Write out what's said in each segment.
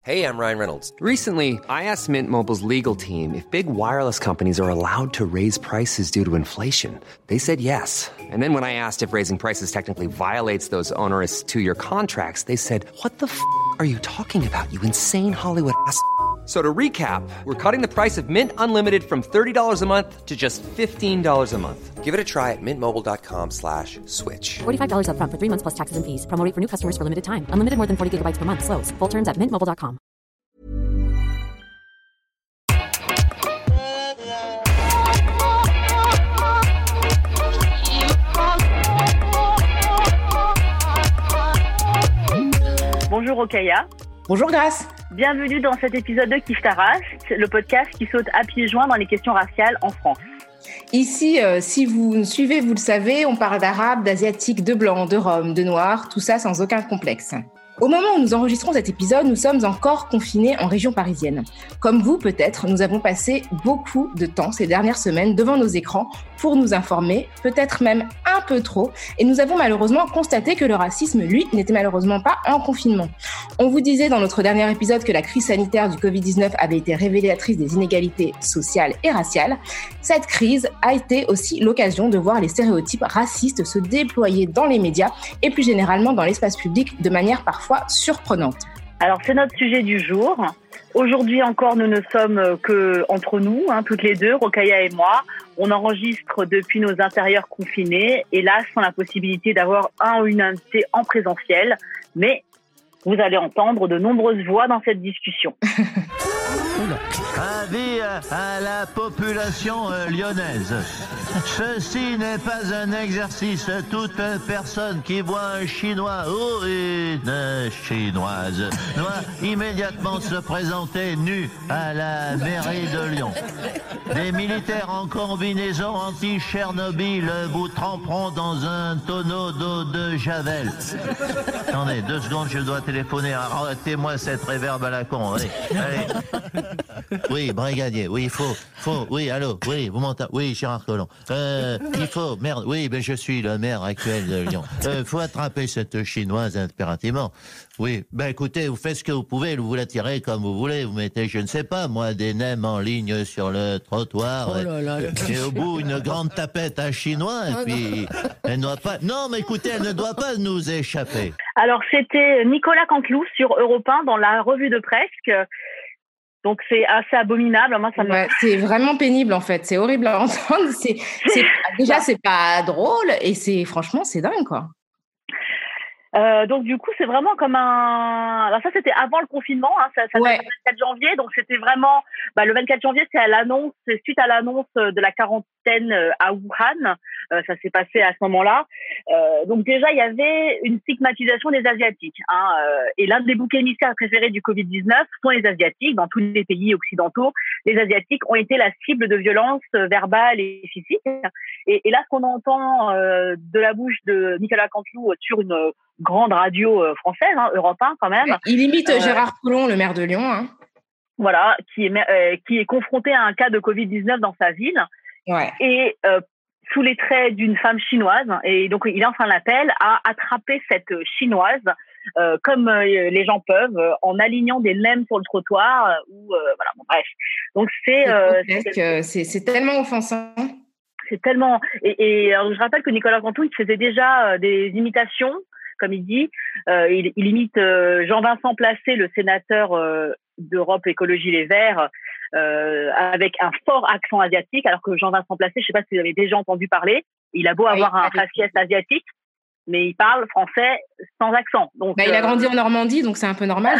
Hey, I'm Ryan Reynolds. Recently, I asked Mint Mobile's legal team if big wireless companies are allowed to raise prices due to inflation. They said yes. And then when I asked if raising prices technically violates those onerous two-year contracts, they said, "What the are you talking about, you insane Hollywood ass?" So to recap, we're cutting the price of Mint Unlimited from $30 a month to just $15 a month. Give it a try at mintmobile.com/switch. $45 up front for 3 months plus taxes and fees. Promo rate for new customers for limited time. Unlimited more than 40 gigabytes per month. Slows full terms at mintmobile.com. Bonjour Rokhaya. Bonjour Grace. Bienvenue dans cet épisode de Kiffe ta race, le podcast qui saute à pieds joints dans les questions raciales en France. Ici, si vous nous suivez, vous le savez, on parle d'arabe, d'asiatique, de blanc, de rome, de noir, tout ça sans aucun complexe. Au moment où nous enregistrons cet épisode, nous sommes encore confinés en région parisienne. Comme vous, peut-être, nous avons passé beaucoup de temps ces dernières semaines devant nos écrans pour nous informer, peut-être même un peu trop, et nous avons malheureusement constaté que le racisme, lui, n'était malheureusement pas en confinement. On vous disait dans notre dernier épisode que la crise sanitaire du Covid-19 avait été révélatrice des inégalités sociales et raciales. Cette crise a été aussi l'occasion de voir les stéréotypes racistes se déployer dans les médias et plus généralement dans l'espace public de manière parfois surprenante. Alors, c'est notre sujet du jour. Aujourd'hui encore, nous ne sommes que entre nous, toutes les deux, Rokhaya et moi. On enregistre depuis nos intérieurs confinés, hélas, sans la possibilité d'avoir un ou une invitée en présentiel. Mais vous allez entendre de nombreuses voix dans cette discussion. Avis à la population lyonnaise. Ceci n'est pas un exercice. Toute personne qui voit un Chinois ou une Chinoise doit immédiatement se présenter nu à la mairie de Lyon. Des militaires en combinaison anti-Tchernobyl vous tremperont dans un tonneau d'eau de Javel. Attendez, 2 secondes, je dois téléphoner. Arrêtez-moi cette réverbe à la con. Allez. Oui, brigadier, oui, il faut, oui, allô, oui, vous m'entendez, oui, Gérard Collomb. Il faut, merde, oui, ben je suis le maire actuel de Lyon. Faut attraper cette chinoise impérativement. Oui, ben écoutez, vous faites ce que vous pouvez, vous la tirez comme vous voulez, vous mettez, je ne sais pas, moi, des nems en ligne sur le trottoir. Oh là là. Et au bout, une grande tapette à chinois, et puis, elle ne doit pas, non, mais écoutez, elle ne doit pas nous échapper. Alors, c'était Nicolas Canteloup sur Europe 1 dans la revue de presse. Donc, c'est assez abominable. Moi, ça Ouais, c'est vraiment pénible, en fait. C'est horrible à entendre. Déjà, c'est pas drôle et franchement, c'est dingue, quoi. Donc, du coup, c'est vraiment comme un... Alors, ça, c'était avant le confinement. Ça Ouais. le 24 janvier. Donc, c'était vraiment... le 24 janvier, c'est suite à l'annonce de la quarantaine à Wuhan. Ça s'est passé à ce moment-là. Donc, déjà, il y avait une stigmatisation des Asiatiques. Et l'un des boucs émissaires préférés du Covid-19 sont les Asiatiques. Dans tous les pays occidentaux, les Asiatiques ont été la cible de violences verbales et physiques. Et là, ce qu'on entend de la bouche de Nicolas Canteloup sur une grande radio française, Europe 1 quand même. Il imite Gérard Collomb, le maire de Lyon. Voilà, qui est confronté à un cas de Covid-19 dans sa ville. Ouais. Et sous les traits d'une femme chinoise. Et donc, il lance un appel à attraper cette chinoise comme les gens peuvent, en alignant des nems sur le trottoir. Bref. Donc, c'est tellement offensant. C'est tellement... Et alors, je rappelle que Nicolas Canteloup, il faisait déjà des imitations, comme il dit. Il imite Jean-Vincent Placé, le sénateur d'Europe Écologie Les Verts, avec un fort accent asiatique, alors que Jean-Vincent Placé, je ne sais pas si vous avez déjà entendu parler, il a beau avoir un faciès asiatique, mais il parle français sans accent. Donc, il a grandi en Normandie, donc c'est un peu normal.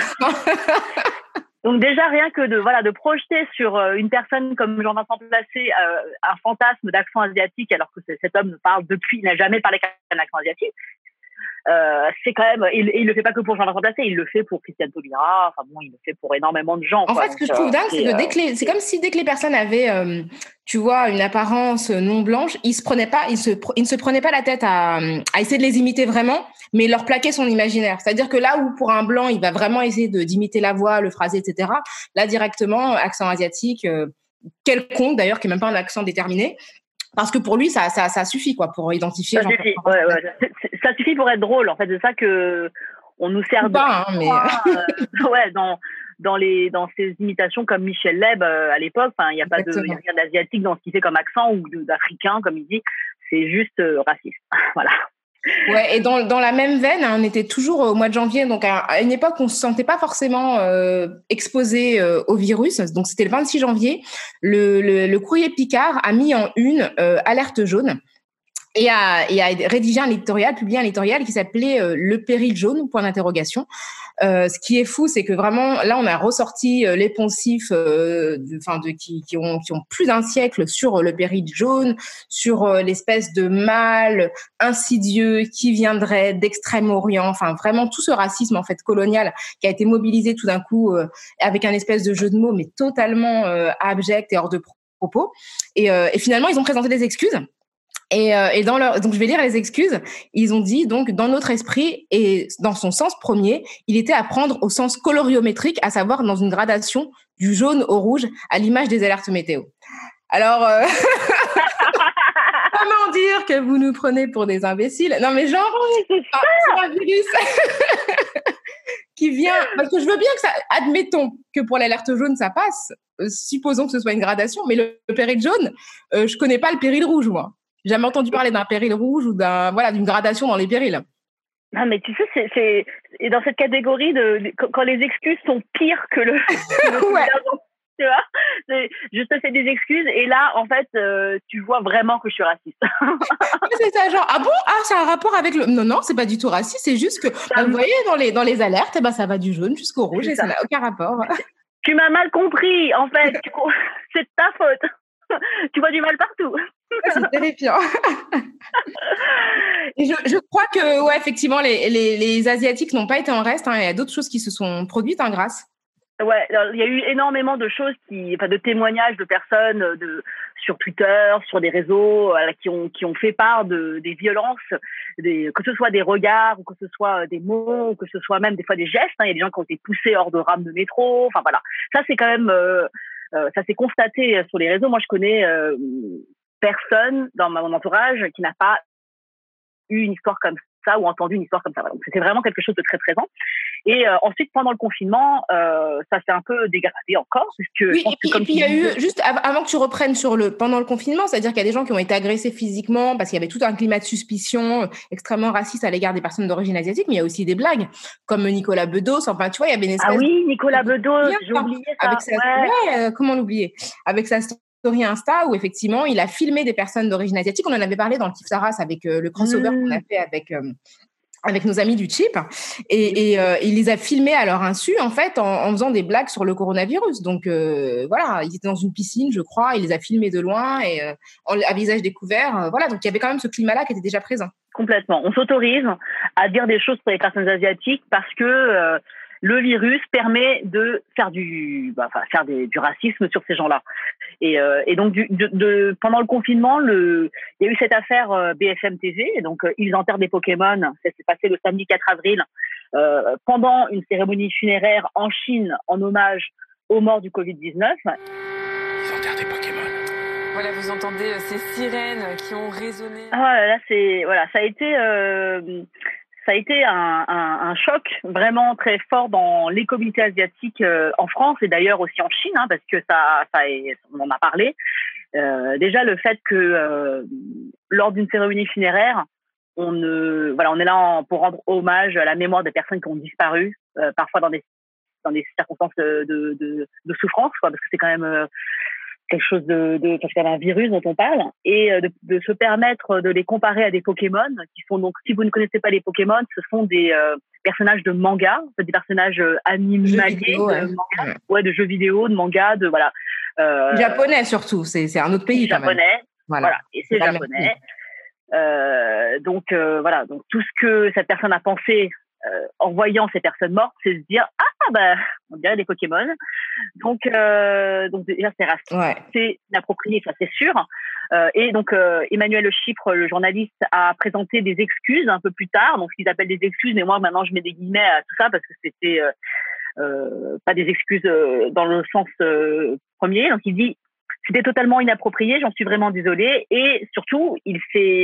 Donc déjà, rien que de projeter sur une personne comme Jean-Vincent Placé un fantasme d'accent asiatique, alors que cet homme il n'a jamais parlé qu'un accent asiatique, c'est quand même... Il le fait pas que pour Jean-Vincent Placé, il le fait pour Christiane Taubira, il le fait pour énormément de gens. En fait, ce que je trouve dingue, c'est que c'est comme si dès que les personnes avaient, une apparence non blanche, ils ne se prenaient pas la tête à essayer de les imiter vraiment, mais leur plaquaient son imaginaire. C'est-à-dire que là où pour un blanc, il va vraiment essayer d'imiter la voix, le phrasé, etc., là directement, accent asiatique, quelconque d'ailleurs, qui n'est même pas un accent déterminé, parce que pour lui, ça suffit, quoi, pour identifier. Ça suffit, ça suffit pour être drôle, en fait. C'est ça que on nous sert pas, mais... dans ses imitations comme Michel Leb à l'époque. Enfin, il y a pas de, y a rien d'asiatique dans ce qu'il fait comme accent ou d'africain, comme il dit. C'est juste raciste. Voilà. Ouais, et dans la même veine, on était toujours au mois de janvier, donc à une époque où on se sentait pas forcément exposé au virus. Donc c'était le 26 janvier. Le courrier Picard a mis en une alerte jaune. Et a rédigé publié un éditorial qui s'appelait Le péril jaune, point d'interrogation. Ce qui est fou, c'est que vraiment, là, on a ressorti les poncifs qui ont plus d'un siècle sur le péril jaune, sur l'espèce de mal insidieux qui viendrait d'Extrême-Orient, enfin vraiment tout ce racisme en fait colonial qui a été mobilisé tout d'un coup avec un espèce de jeu de mots, mais totalement abject et hors de propos. Et finalement, ils ont présenté des excuses. Donc je vais lire les excuses. Ils ont dit donc dans notre esprit et dans son sens premier, il était à prendre au sens coloriométrique, à savoir dans une gradation du jaune au rouge, à l'image des alertes météo. Alors comment dire que vous nous prenez pour des imbéciles ? Non mais genre c'est un virus qui vient, parce que je veux bien que ça, admettons que pour l'alerte jaune ça passe, supposons que ce soit une gradation, mais le péril jaune, je connais pas le péril rouge moi. J'ai jamais entendu parler d'un péril rouge ou d'une gradation dans les périls. Non, mais tu sais, c'est dans cette catégorie quand les excuses sont pires que le ouais. Tu vois, je te fais des excuses et là, en fait, tu vois vraiment que je suis raciste. C'est ça, genre, ah bon? Ah, c'est un rapport avec le... Non, c'est pas du tout raciste, c'est juste que, vous voyez, dans les alertes, ça va du jaune jusqu'au rouge et ça n'a aucun rapport. Tu m'as mal compris, en fait. C'est de ta faute. Tu vois du mal partout. C'est terrifiant. Et je crois que, ouais, effectivement, les Asiatiques n'ont pas été en reste. Il y a d'autres choses qui se sont produites grâce. Ouais, il y a eu énormément de choses de témoignages de personnes sur Twitter, sur des réseaux qui ont fait part des violences, que ce soit des regards ou que ce soit des mots ou que ce soit même des fois des gestes. Il y a des gens qui ont été poussés hors de rames de métro. Enfin voilà, ça c'est quand même ça s'est constaté sur les réseaux. Moi je connais personne dans mon entourage qui n'a pas eu une histoire comme ça ou entendu une histoire comme ça. Donc c'était vraiment quelque chose de très présent. Et ensuite, pendant le confinement, ça s'est un peu dégradé encore. Parce que oui, et puis il y a eu, juste avant que tu reprennes pendant le confinement, c'est-à-dire qu'il y a des gens qui ont été agressés physiquement parce qu'il y avait tout un climat de suspicion extrêmement raciste à l'égard des personnes d'origine asiatique, mais il y a aussi des blagues, comme Nicolas Bedos. Enfin, tu vois, il y avait une espèce... Ah oui, Nicolas Bedos, j'ai oublié ça. Comment l'oublier ? Avec sa story Insta où effectivement, il a filmé des personnes d'origine asiatique. On en avait parlé dans le Kif Saras avec le crossover qu'on a fait avec nos amis du Chip, et il les a filmés à leur insu, en fait, en faisant des blagues sur le coronavirus. Donc, voilà, ils étaient dans une piscine, je crois, il les a filmés de loin, et à visage découvert, voilà. Donc, il y avait quand même ce climat-là qui était déjà présent. Complètement. On s'autorise à dire des choses pour les personnes asiatiques parce que le virus permet de faire du racisme sur ces gens-là. Et donc pendant le confinement, il y a eu cette affaire BFM TV, donc ils enterrent des Pokémon. Ça s'est passé le samedi 4 avril pendant une cérémonie funéraire en Chine en hommage aux morts du Covid-19. Ils enterrent des Pokémon. Voilà, vous entendez ces sirènes qui ont résonné. Ah là, ça a été un choc vraiment très fort dans les communautés asiatiques en France et d'ailleurs aussi en Chine, parce que on en a parlé. Déjà le fait que lors d'une cérémonie funéraire, on est là pour rendre hommage à la mémoire des personnes qui ont disparu, parfois dans des circonstances de souffrance, parce que c'est quand même quelque chose parce qu'il y a un virus dont on parle, et de se permettre de les comparer à des Pokémon, qui sont donc, si vous ne connaissez pas les Pokémon, ce sont des personnages de manga, des personnages animaliers, de jeux vidéo, de manga, japonais surtout, c'est un autre pays. Japonais, voilà, et c'est japonais. Donc tout ce que cette personne a pensé en voyant ces personnes mortes, c'est se dire on dirait des Pokémon. Donc déjà c'est raciste, c'est inapproprié, ça c'est sûr. Et donc Emmanuel Chypre, le journaliste, a présenté des excuses un peu plus tard, donc ce qu'ils appellent des excuses, mais moi maintenant je mets des guillemets à tout ça parce que c'était pas des excuses dans le sens premier. Donc il dit c'était totalement inapproprié, j'en suis vraiment désolé, et surtout il s'est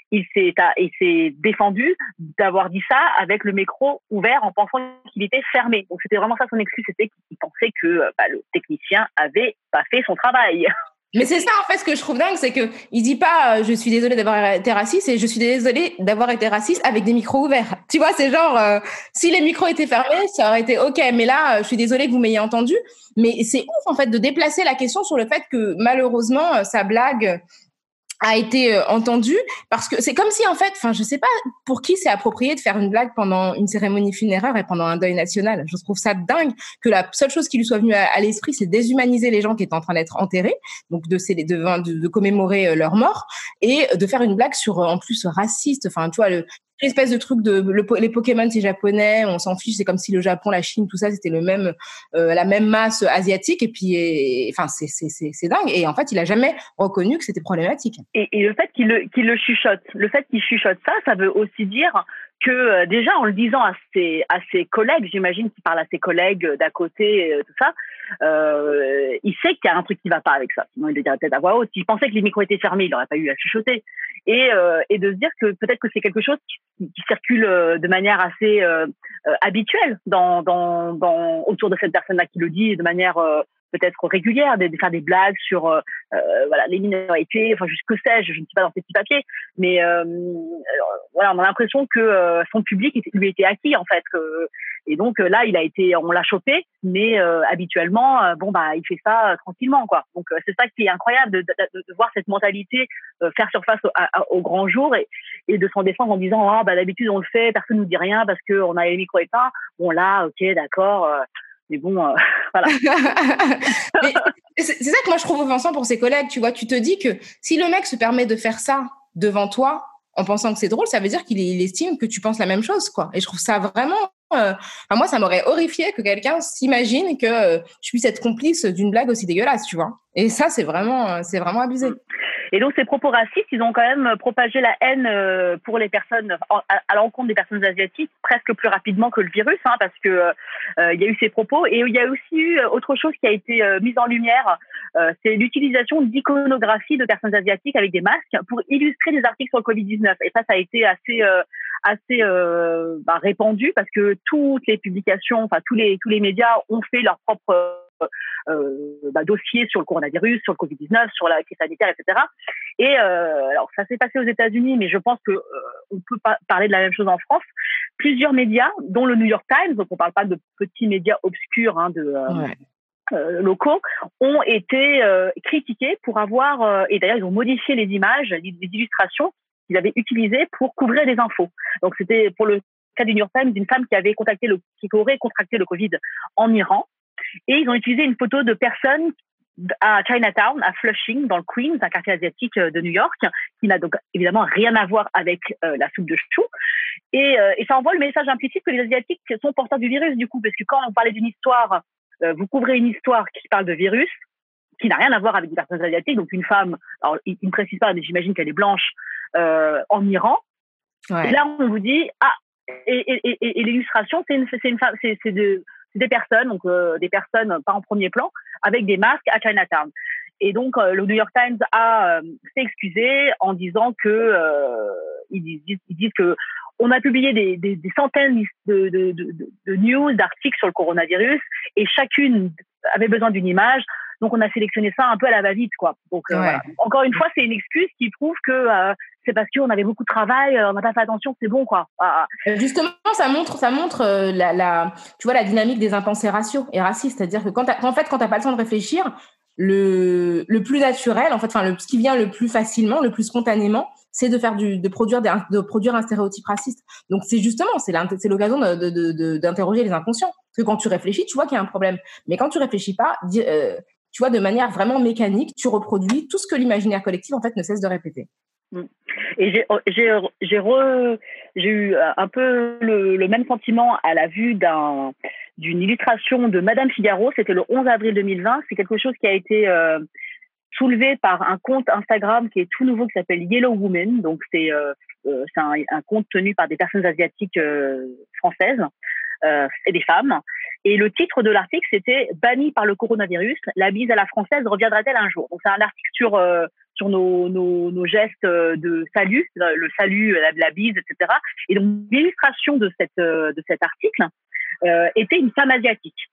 il s'est défendu d'avoir dit ça avec le micro ouvert en pensant qu'il était fermé. Donc c'était vraiment ça son excuse, c'était qu'il pensait que le technicien avait pas fait son travail. Mais c'est ça, en fait, ce que je trouve dingue, c'est que il dit pas je suis désolé d'avoir été raciste, et je suis désolé d'avoir été raciste avec des micros ouverts. Tu vois, c'est genre si les micros étaient fermés, ça aurait été OK, mais là je suis désolée que vous m'ayez entendu. Mais c'est ouf, en fait, de déplacer la question sur le fait que malheureusement sa blague a été entendue, parce que c'est comme si, en fait, enfin, je sais pas pour qui c'est approprié de faire une blague pendant une cérémonie funéraire et pendant un deuil national. Je trouve ça dingue que la seule chose qui lui soit venue à l'esprit, c'est déshumaniser les gens qui étaient en train d'être enterrés, donc de commémorer leur mort, et de faire une blague sur, en plus, raciste. Enfin, tu vois, l'espèce de truc les Pokémon, c'est japonais, on s'en fiche, c'est comme si le Japon, la Chine, tout ça, c'était la même masse asiatique, et puis, enfin, c'est dingue. Et en fait, il a jamais reconnu que c'était problématique. Et le fait qu'il le chuchote, ça veut aussi dire que déjà en le disant à ses collègues, j'imagine qu'il parle à ses collègues d'à côté, tout ça, il sait qu'il y a un truc qui va pas avec ça. Sinon, il le dirait peut-être à voix haute. S'il pensait que les micros étaient fermés, il n'aurait pas eu à chuchoter. Et de se dire que peut-être que c'est quelque chose qui circule de manière assez habituelle autour de cette personne-là qui le dit de manière peut-être régulière, de faire des blagues sur les minorités, enfin que sais-je, je ne suis pas dans ces petits papiers, mais on a l'impression que son public lui était acquis, en fait, et donc là on l'a chopé, mais habituellement il fait ça tranquillement, quoi. Donc c'est ça qui est incroyable de voir cette mentalité faire surface au grand jour, et de s'en défendre en disant d'habitude on le fait, personne nous dit rien parce que on a les micros éteints. Bon là, ok, d'accord. Mais bon, voilà. Mais c'est ça que moi je trouve offensant pour ses collègues, tu vois. Tu te dis que si le mec se permet de faire ça devant toi en pensant que c'est drôle, ça veut dire qu'il estime que tu penses la même chose, quoi. Et je trouve ça vraiment... moi, ça m'aurait horrifié que quelqu'un s'imagine que je puisse être complice d'une blague aussi dégueulasse, tu vois. Et ça, c'est vraiment abusé. Et donc, ces propos racistes, ils ont quand même propagé la haine pour les personnes, à l'encontre des personnes asiatiques, presque plus rapidement que le virus, parce que il y a eu ces propos. Et il y a aussi eu autre chose qui a été mise en lumière, c'est l'utilisation d'iconographie de personnes asiatiques avec des masques pour illustrer des articles sur le Covid-19. Et ça a été assez répandu, parce que toutes les publications, enfin tous les médias ont fait leur propre dossier sur le coronavirus, sur le Covid-19, sur la crise sanitaire, etc. Et alors ça s'est passé aux États-Unis, mais je pense que on peut pas parler de la même chose en France. Plusieurs médias, dont le New York Times, donc on parle pas de petits médias obscurs locaux, ont été critiqués pour avoir et d'ailleurs ils ont modifié les images, les illustrations qu'ils avaient utilisées pour couvrir des infos. Donc c'était pour le cas du New York Times d'une femme qui aurait contracté le Covid en Iran. Et ils ont utilisé une photo de personnes à Chinatown, à Flushing, dans le Queens, un quartier asiatique de New York, qui n'a donc évidemment rien à voir avec la soupe de chou. Et ça envoie le message implicite que les Asiatiques sont porteurs du virus, du coup, parce que quand on parlait d'une histoire, vous couvrez une histoire qui parle de virus, qui n'a rien à voir avec des personnes asiatiques, donc une femme, alors il ne précise pas, mais j'imagine qu'elle est blanche, en Iran. Ouais. Et là, on vous dit, et l'illustration, c'est une femme, c'est des personnes, donc des personnes pas en premier plan, avec des masques à Chinatown. Et donc, le New York Times s'est excusé en disant que ils disent que on a publié des centaines de news, d'articles sur le coronavirus, et chacune avait besoin d'une image. Donc, on a sélectionné ça un peu à la va-vite, quoi. Donc, voilà. Encore une fois, c'est une excuse qui prouve que c'est parce qu'on avait beaucoup de travail, on n'a pas fait attention, c'est bon, quoi. Justement, ça montre tu vois, la dynamique des impensés raciaux et racistes. C'est-à-dire que quand t'as pas le temps de réfléchir, le plus naturel, en fait, ce qui vient le plus facilement, le plus spontanément, c'est de produire un stéréotype raciste. Donc, c'est l'occasion d'interroger les inconscients. Parce que quand tu réfléchis, tu vois qu'il y a un problème. Mais quand tu réfléchis pas, tu vois, de manière vraiment mécanique, tu reproduis tout ce que l'imaginaire collectif, en fait, ne cesse de répéter. Et j'ai eu un peu le même sentiment à la vue d'une illustration de Madame Figaro. C'était le 11 avril 2020. C'est quelque chose qui a été soulevé par un compte Instagram qui est tout nouveau, qui s'appelle Yellow Woman. Donc c'est un compte tenu par des personnes asiatiques françaises et des femmes. Et le titre de l'article, c'était « Bannie par le coronavirus, la bise à la française reviendra-t-elle un jour ?» Donc c'est un article sur nos gestes de salut, le salut, la bise, etc. Et donc l'illustration de cet article était une femme asiatique.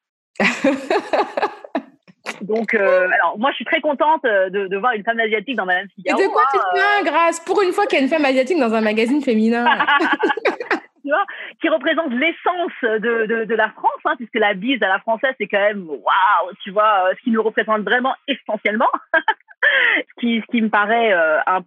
Donc, alors moi, je suis très contente de voir une femme asiatique dans Madame Figaro. Et de quoi tu te plains, Grâce? Pour une fois qu'il y a une femme asiatique dans un magazine féminin. Tu vois, qui représente l'essence de la France, hein, puisque la bise à la française, c'est quand même, waouh, tu vois, ce qui nous représente vraiment essentiellement. Ce qui me paraît un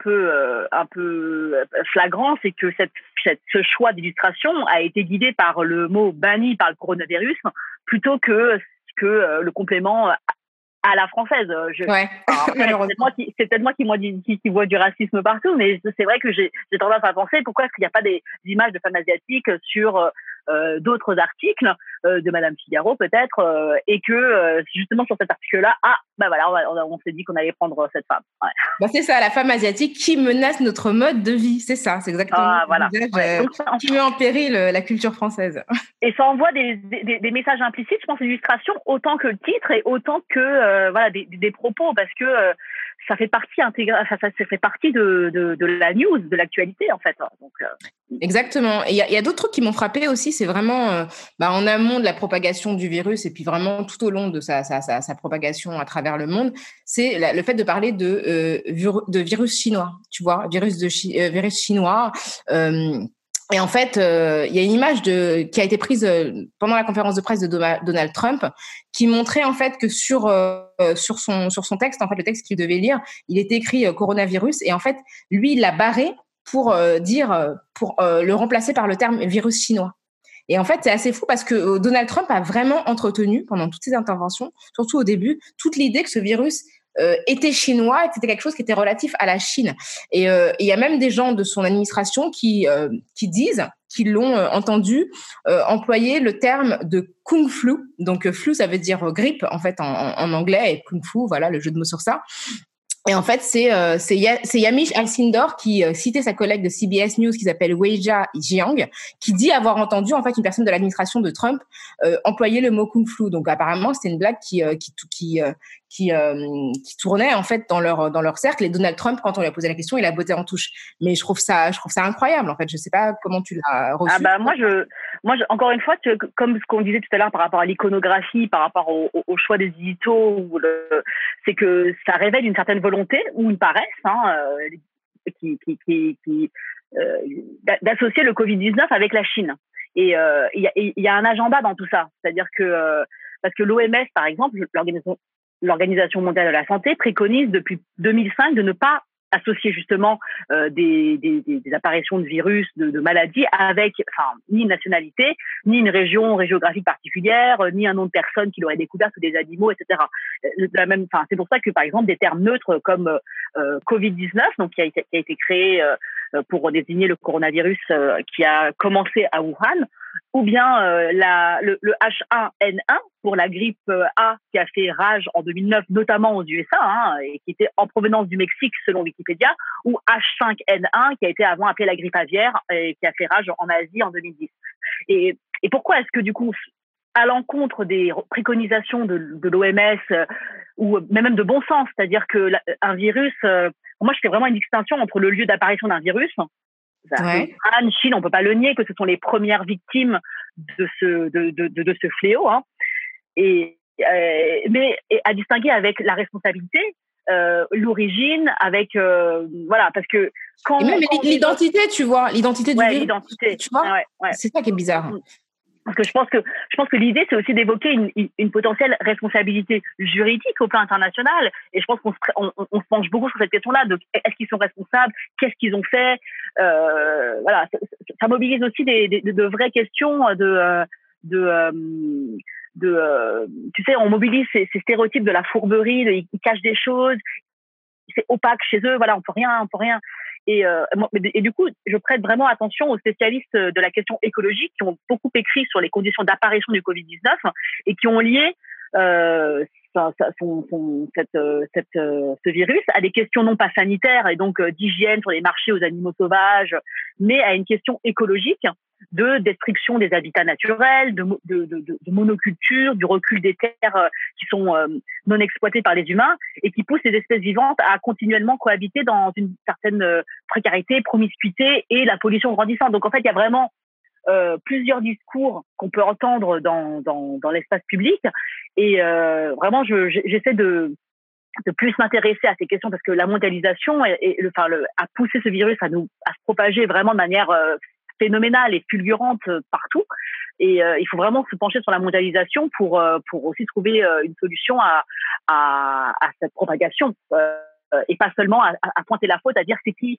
peu flagrant, c'est que ce choix d'illustration a été guidé par le mot banni par le coronavirus plutôt que le complément à la française. Ouais. C'est peut-être moi qui vois du racisme partout, mais c'est vrai que j'ai tendance à penser pourquoi est-ce qu'il n'y a pas des images de femmes asiatiques sur d'autres articles de Madame Figaro peut-être, et que justement sur cet article-là, on s'est dit qu'on allait prendre cette femme. Ouais. Bah c'est ça, la femme asiatique qui menace notre mode de vie, c'est ça, c'est exactement voilà. Qui met en péril la culture française. Et ça envoie des messages implicites, je pense, l'illustration, autant que le titre et autant que des propos, parce que ça fait partie ça fait partie de la news, de l'actualité en fait. Donc, Exactement. Et il y a d'autres trucs qui m'ont frappé aussi, c'est vraiment en amont de la propagation du virus et puis vraiment tout au long de sa propagation à travers le monde, c'est le fait de parler de virus chinois, tu vois, virus chinois. Et en fait, il y a une image qui a été prise pendant la conférence de presse de Donald Trump qui montrait en fait que sur son texte, en fait le texte qu'il devait lire, il était écrit coronavirus et en fait lui il l'a barré pour le remplacer par le terme virus chinois. Et en fait, c'est assez fou parce que Donald Trump a vraiment entretenu pendant toutes ses interventions, surtout au début, toute l'idée que ce virus était chinois et que c'était quelque chose qui était relatif à la Chine. Et il y a même des gens de son administration qui disent qu'ils l'ont entendu employer le terme de kung flu. Donc flu, ça veut dire grippe en fait en anglais, et kung fu, voilà le jeu de mots sur ça. Et en fait, c'est Yamiche Alcindor qui citait sa collègue de CBS News qui s'appelle Weijia Jiang, qui dit avoir entendu en fait une personne de l'administration de Trump employer le mot kung flu. Donc apparemment, c'était une blague qui tournait en fait dans leur cercle. Et Donald Trump, quand on lui a posé la question, il a botté en touche. Mais je trouve ça incroyable en fait. Je sais pas comment tu l'as reçu. Moi, encore une fois, comme ce qu'on disait tout à l'heure par rapport à l'iconographie, par rapport au choix des éditos, c'est que ça révèle une certaine volonté ou une paresse d'associer le Covid-19 avec la Chine. Et il y a un agenda dans tout ça. C'est-à-dire que parce que l'OMS, par exemple, l'Organisation mondiale de la santé, préconise depuis 2005 de ne pas associer justement des apparitions de virus, de maladies avec ni une nationalité, ni une région géographique particulière, ni un nom de personne qui l'aurait découvert ou des animaux, etc. C'est pour ça que par exemple des termes neutres comme Covid-19, donc qui a été créé pour désigner le coronavirus qui a commencé à Wuhan, ou bien le H1N1 pour la grippe A qui a fait rage en 2009, notamment aux USA, et qui était en provenance du Mexique selon Wikipédia, ou H5N1 qui a été avant appelée la grippe aviaire et qui a fait rage en Asie en 2010. Et pourquoi est-ce que du coup, à l'encontre des préconisations de l'OMS ou même de bon sens, c'est-à-dire que un virus, moi je fais vraiment une distinction entre le lieu d'apparition d'un virus. Ouais. En Chine, on peut pas le nier que ce sont les premières victimes de ce fléau, mais à distinguer avec la responsabilité, l'origine, avec parce que quand et même l'identité, tu vois, l'identité du virus, l'identité, tu vois, c'est ça qui est bizarre. Parce que je pense que l'idée c'est aussi d'évoquer une potentielle responsabilité juridique au plan international, et je pense qu'on se penche beaucoup sur cette question-là de est-ce qu'ils sont responsables, qu'est-ce qu'ils ont fait, ça mobilise aussi de vraies questions tu sais, on mobilise ces stéréotypes de la fourberie, ils cachent des choses, c'est opaque chez eux, on peut rien. Et du coup, je prête vraiment attention aux spécialistes de la question écologique qui ont beaucoup écrit sur les conditions d'apparition du Covid-19 et qui ont lié ce virus à des questions non pas sanitaires et donc d'hygiène sur les marchés aux animaux sauvages, mais à une question écologique de destruction des habitats naturels, de monoculture, du recul des terres qui sont non exploitées par les humains et qui poussent les espèces vivantes à continuellement cohabiter dans une certaine précarité, promiscuité et la pollution grandissante. Donc en fait, il y a vraiment plusieurs discours qu'on peut entendre dans l'espace public et vraiment j'essaie de plus m'intéresser à ces questions parce que la mondialisation a poussé ce virus à se propager vraiment de manière phénoménale et fulgurante partout. Et il faut vraiment se pencher sur la mondialisation pour aussi trouver une solution à cette propagation et pas seulement à pointer la faute, à dire c'est qui.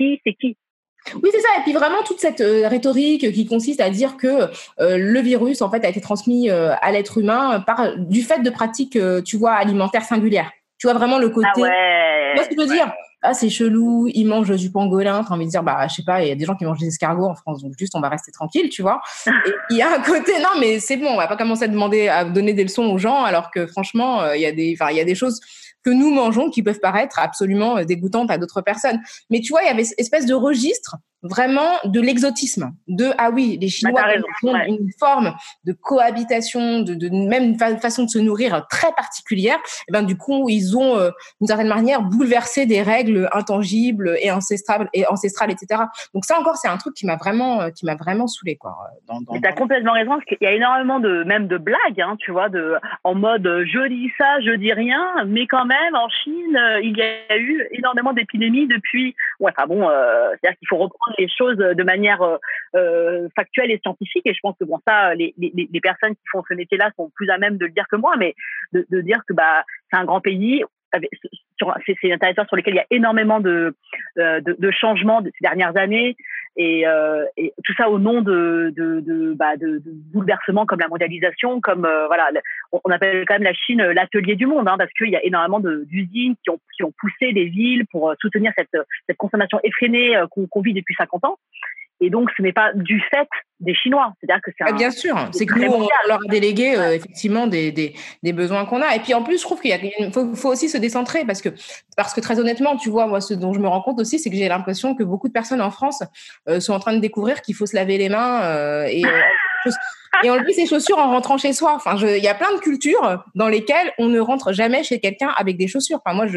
Oui, c'est ça. Et puis vraiment toute cette rhétorique qui consiste à dire que le virus en fait a été transmis à l'être humain du fait de pratiques, tu vois, alimentaires singulières. Tu vois vraiment le côté. Ah ouais. Tu vois ce que je veux dire ? Ah, c'est chelou, ils mangent du pangolin. T'as envie de dire, je sais pas, il y a des gens qui mangent des escargots en France, donc juste on va rester tranquille, tu vois. Et il y a un côté, non, mais c'est bon, on va pas commencer à donner des leçons aux gens, alors que franchement, il y a des choses que nous mangeons qui peuvent paraître absolument dégoûtantes à d'autres personnes. Mais tu vois, il y avait cette espèce de registre vraiment de l'exotisme, ah oui, les Chinois ont une forme de cohabitation, de même une façon de se nourrir très particulière. Et ben du coup, ils ont d'une certaine manière bouleversé des règles intangibles et ancestrales, etc. Donc ça encore, c'est un truc qui m'a vraiment saoulée, quoi. T'as complètement raison, parce qu'il y a énormément de blagues, hein, tu vois, en mode je dis ça, je dis rien, mais quand même en Chine, il y a eu énormément d'épidémies depuis. Ouais, enfin bon, c'est-à-dire qu'il faut reprendre les choses de manière factuelle et scientifique, et je pense que bon, ça, les personnes qui font ce métier-là sont plus à même de le dire que moi, mais de dire que c'est un grand pays. C'est un territoire sur lequel il y a énormément de changements ces dernières années et tout ça au nom de bouleversements comme la mondialisation, comme on appelle quand même la Chine l'atelier du monde, hein, parce qu'il y a énormément d'usines qui ont poussé les villes pour soutenir cette consommation effrénée qu'on vit depuis 50 ans. Et donc, ce n'est pas du fait des Chinois. C'est-à-dire que c'est bien sûr, c'est que nous, on leur a délégué effectivement des besoins qu'on a. Et puis en plus, je trouve qu'il faut aussi se décentrer parce que très honnêtement, tu vois, moi, ce dont je me rends compte aussi, c'est que j'ai l'impression que beaucoup de personnes en France sont en train de découvrir qu'il faut se laver les mains et enlever ses chaussures en rentrant chez soi. Enfin, il y a plein de cultures dans lesquelles on ne rentre jamais chez quelqu'un avec des chaussures. Enfin, moi,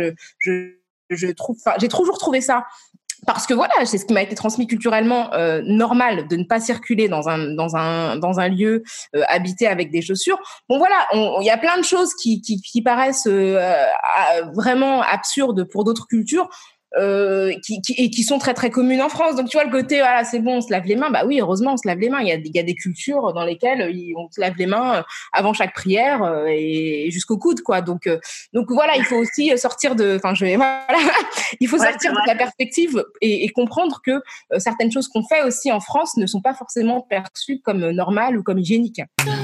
je trouve, j'ai toujours trouvé ça. Parce que voilà, c'est ce qui m'a été transmis culturellement normal de ne pas circuler dans un lieu habité avec des chaussures. Bon voilà, il y a plein de choses qui paraissent vraiment absurdes pour d'autres cultures. Qui sont très très communes en France. Donc tu vois le côté c'est bon, on se lave les mains. Bah oui, heureusement on se lave les mains. Il y a des cultures dans lesquelles on se lave les mains avant chaque prière et jusqu'au coude, quoi. Donc voilà, il faut aussi sortir il faut sortir de la perspective et comprendre que certaines choses qu'on fait aussi en France ne sont pas forcément perçues comme normales ou comme hygiéniques.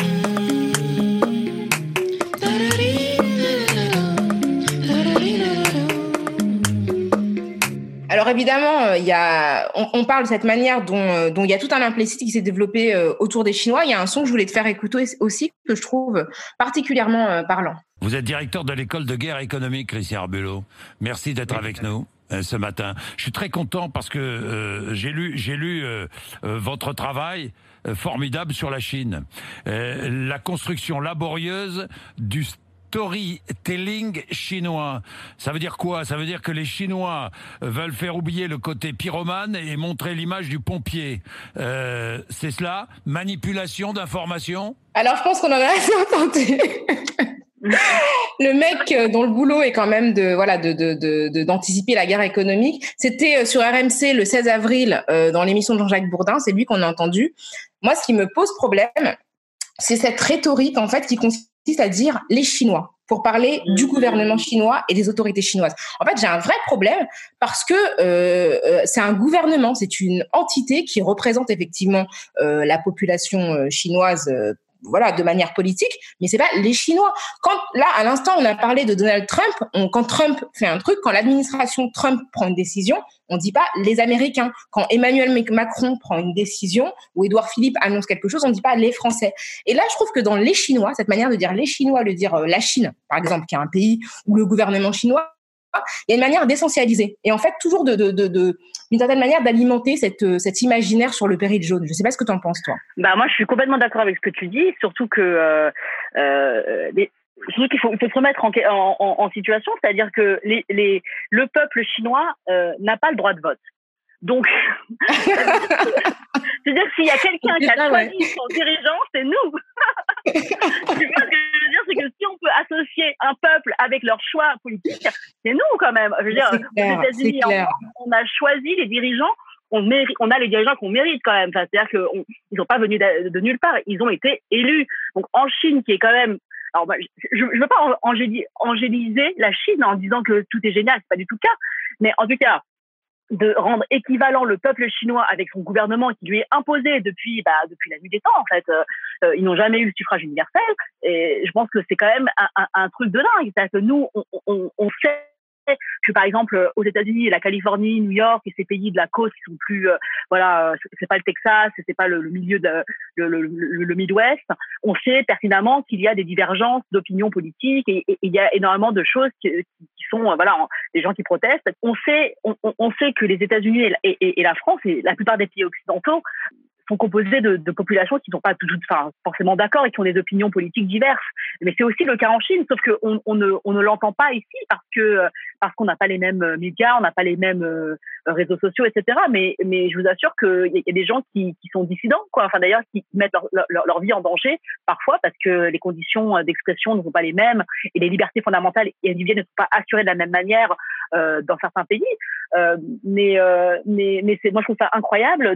Alors évidemment, on parle de cette manière dont il y a tout un implicite qui s'est développé autour des Chinois. Il y a un son que je voulais te faire écouter aussi que je trouve particulièrement parlant. Vous êtes directeur de l'école de guerre économique, Christian Arbulot. Merci d'être avec nous ce matin. Je suis très content parce que j'ai lu votre travail formidable sur la Chine. La construction laborieuse du storytelling chinois. Ça veut dire quoi ? Ça veut dire que les Chinois veulent faire oublier le côté pyromane et montrer l'image du pompier. C'est cela ? Manipulation d'informations ? Alors, je pense qu'on en a assez entendu. Le mec dont le boulot est quand même d'anticiper la guerre économique, c'était sur RMC le 16 avril dans l'émission de Jean-Jacques Bourdin, c'est lui qu'on a entendu. Moi, ce qui me pose problème, c'est cette rhétorique en fait qui consiste à dire les Chinois pour parler du gouvernement chinois et des autorités chinoises. En fait, j'ai un vrai problème parce que c'est un gouvernement, c'est une entité qui représente effectivement la population chinoise de manière politique, mais c'est pas les Chinois. Quand, là, à l'instant, on a parlé de Donald Trump, quand Trump fait un truc, quand l'administration Trump prend une décision, on dit pas les Américains. Quand Emmanuel Macron prend une décision, ou Édouard Philippe annonce quelque chose, on dit pas les Français. Et là, je trouve que dans les Chinois, cette manière de dire les Chinois, de dire la Chine, par exemple, qui est un pays où le gouvernement chinois, il y a une manière d'essentialiser. Et en fait, toujours de d'une certaine manière d'alimenter cet imaginaire sur le péril jaune. Je sais pas ce que tu en penses, toi. Moi, je suis complètement d'accord avec ce que tu dis, surtout que surtout qu'il faut se remettre en situation, c'est-à-dire que le peuple chinois n'a pas le droit de vote. Donc, c'est-à-dire que s'il y a quelqu'un qui a choisi son dirigeant, c'est nous. Tu vois ce que je veux dire, c'est que si on peut associer un peuple avec leur choix politique, c'est nous quand même. Je veux dire, aux États-Unis, on a choisi les dirigeants. On a les dirigeants qu'on mérite quand même. Enfin, c'est-à-dire qu'ils sont pas venus de nulle part. Ils ont été élus. Donc, en Chine, qui est quand même... Alors, je veux pas angéliser la Chine en disant que tout est génial. C'est pas du tout le cas. Mais en tout cas, de rendre équivalent le peuple chinois avec son gouvernement qui lui est imposé depuis la nuit des temps, en fait. Ils n'ont jamais eu le suffrage universel. Et je pense que c'est quand même un truc de dingue. C'est-à-dire que nous, on sait que par exemple aux États-Unis, la Californie, New York et ces pays de la côte qui sont plus c'est pas le Texas, c'est pas le milieu le Midwest, on sait pertinemment qu'il y a des divergences d'opinion politique et il y a énormément de choses qui sont les gens qui protestent. On sait que les États-Unis et la France et la plupart des pays occidentaux sont composés de populations qui ne sont pas toutes forcément d'accord et qui ont des opinions politiques diverses. Mais c'est aussi le cas en Chine, sauf qu'on ne l'entend pas ici parce qu'on n'a pas les mêmes médias, on n'a pas les mêmes réseaux sociaux, etc. Mais je vous assure qu'il y a des gens qui sont dissidents, quoi. Enfin, d'ailleurs, qui mettent leur vie en danger parfois parce que les conditions d'expression ne sont pas les mêmes et les libertés fondamentales et individuelles ne sont pas assurées de la même manière dans certains pays. Mais moi, je trouve ça incroyable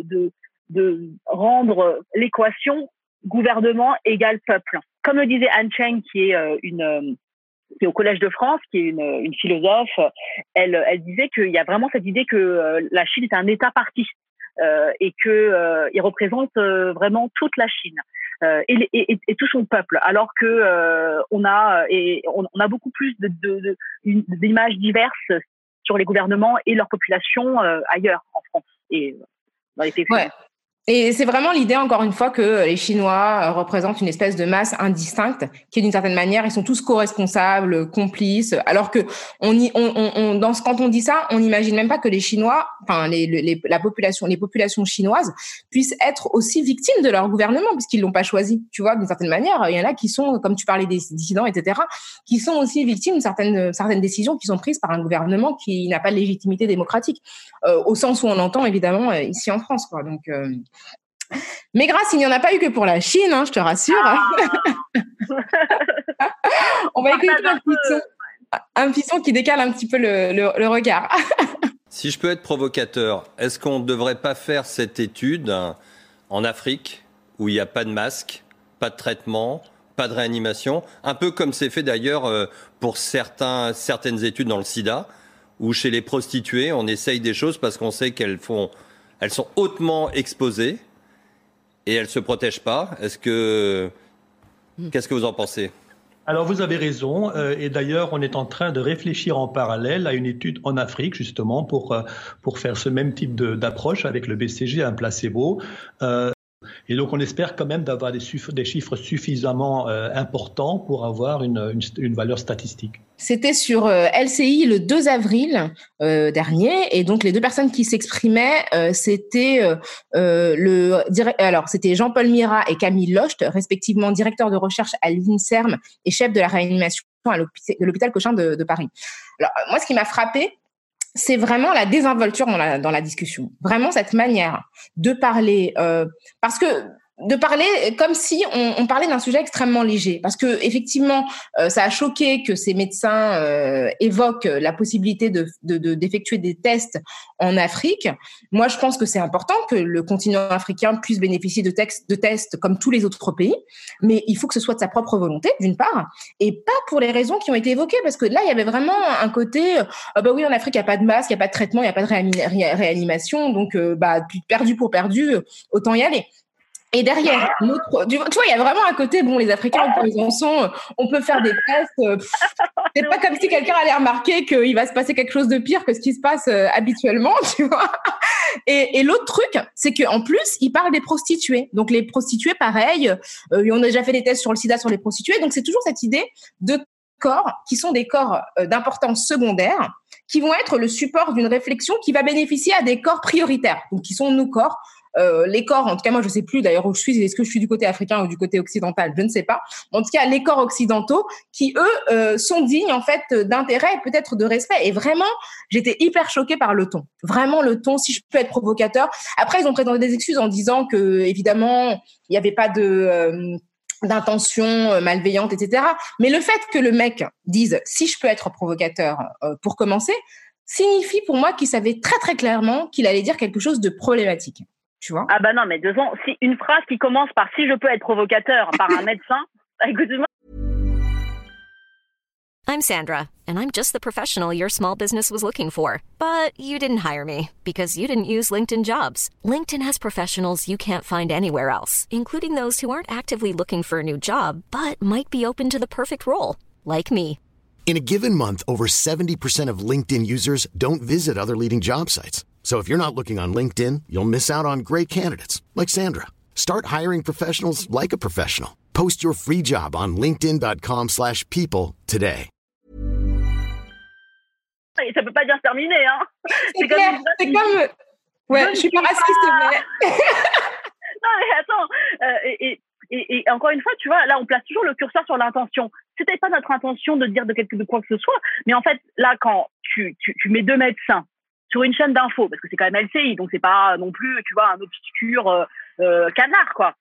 de rendre l'équation gouvernement égale peuple. Comme le disait Anne Cheng, qui est au Collège de France, qui est une philosophe, elle disait qu'il y a vraiment cette idée que la Chine est un État-parti et que il représente vraiment toute la Chine et tout son peuple, alors que on a beaucoup plus d'images diverses sur les gouvernements et leur population ailleurs en France et dans les pays. Ouais. Et c'est vraiment l'idée, encore une fois, que les Chinois représentent une espèce de masse indistincte, qui d'une certaine manière, ils sont tous co-responsables, complices, alors que quand on dit ça, on n'imagine même pas que les Chinois, enfin les populations chinoises puissent être aussi victimes de leur gouvernement, puisqu'ils l'ont pas choisi. Tu vois, d'une certaine manière, il y en a qui sont, comme tu parlais des dissidents, etc., qui sont aussi victimes de certaines décisions qui sont prises par un gouvernement qui n'a pas de légitimité démocratique, au sens où on l'entend évidemment ici en France, quoi. Donc mais grâce, il n'y en a pas eu que pour la Chine, je te rassure. On va écouter un petit son qui décale un petit peu le regard. Si je peux être provocateur, est-ce qu'on ne devrait pas faire cette étude en Afrique où il n'y a pas de masque, pas de traitement, pas de réanimation, un peu comme c'est fait d'ailleurs pour certaines études dans le sida, où chez les prostituées, on essaye des choses parce qu'on sait qu'elles sont hautement exposées et elles ne se protègent pas. Qu'est-ce que vous en pensez ? Alors, vous avez raison. Et d'ailleurs, on est en train de réfléchir en parallèle à une étude en Afrique, justement, pour faire ce même type d'approche avec le BCG, un placebo. Et donc, on espère quand même d'avoir des chiffres suffisamment importants pour avoir une valeur statistique. C'était sur LCI le 2 avril dernier, et donc les deux personnes qui s'exprimaient, c'était c'était Jean-Paul Mira et Camille Locht, respectivement directeur de recherche à l'INSERM et chef de la réanimation de l'hôpital Cochin de Paris. Alors moi, ce qui m'a frappée, c'est vraiment la désinvolture dans la discussion. Vraiment cette manière de parler, parce que de parler comme si on parlait d'un sujet extrêmement léger. Parce que effectivement, ça a choqué que ces médecins évoquent la possibilité d'effectuer des tests en Afrique. Moi, je pense que c'est important que le continent africain puisse bénéficier de tests comme tous les autres pays, mais il faut que ce soit de sa propre volonté, d'une part, et pas pour les raisons qui ont été évoquées, parce que là, il y avait vraiment un côté oui, en Afrique, il n'y a pas de masque, il n'y a pas de traitement, il n'y a pas de réanimation, donc perdu pour perdu, autant y aller. Et derrière, tu vois, il y a vraiment un côté, les Africains, ils en sont, on peut faire des tests. C'est pas comme si quelqu'un allait remarquer qu'il va se passer quelque chose de pire que ce qui se passe habituellement, tu vois. Et l'autre truc, c'est qu'en plus, ils parlent des prostituées. Donc les prostituées, pareil, on a déjà fait des tests sur le sida sur les prostituées. Donc c'est toujours cette idée de corps qui sont des corps d'importance secondaire, qui vont être le support d'une réflexion qui va bénéficier à des corps prioritaires, donc qui sont nos corps. Les corps, en tout cas, moi, je sais plus d'ailleurs où je suis. Est-ce que je suis du côté africain ou du côté occidental? Je ne sais pas. En tout cas, les corps occidentaux qui, eux, sont dignes, en fait, d'intérêt et peut-être de respect. Et vraiment, j'étais hyper choquée par le ton. Vraiment, le ton, si je peux être provocateur. Après, ils ont présenté des excuses en disant que, évidemment, il n'y avait pas d'intention malveillante, etc. Mais le fait que le mec dise « si je peux être provocateur pour commencer », signifie pour moi qu'il savait très, très clairement qu'il allait dire quelque chose de problématique. Tu vois? Ah bah non, mais si une phrase qui commence par « si je peux être provocateur » par un médecin, écoute-moi. I'm Sandra, and I'm just the professional your small business was looking for. But you didn't hire me because you didn't use LinkedIn Jobs. LinkedIn has professionals you can't find anywhere else, including those who aren't actively looking for a new job, but might be open to the perfect role, like me. In a given month, over 70% of LinkedIn users don't visit other leading job sites. So if you're not looking on LinkedIn, you'll miss out on great candidates like Sandra. Start hiring professionals like a professional. Post your free job on linkedin.com/people today. Ça peut pas bien se terminer, hein. C'est clair, c'est comme... Ouais, je suis pas raciste, mais... Non, mais attends, et encore une fois, tu vois, là, on place toujours le curseur sur l'intention. C'était pas notre intention de dire de quoi que ce soit, mais en fait, là, quand tu mets deux médecins sur une chaîne d'infos, parce que c'est quand même LCI, donc c'est pas non plus, tu vois, un obscur canard, quoi,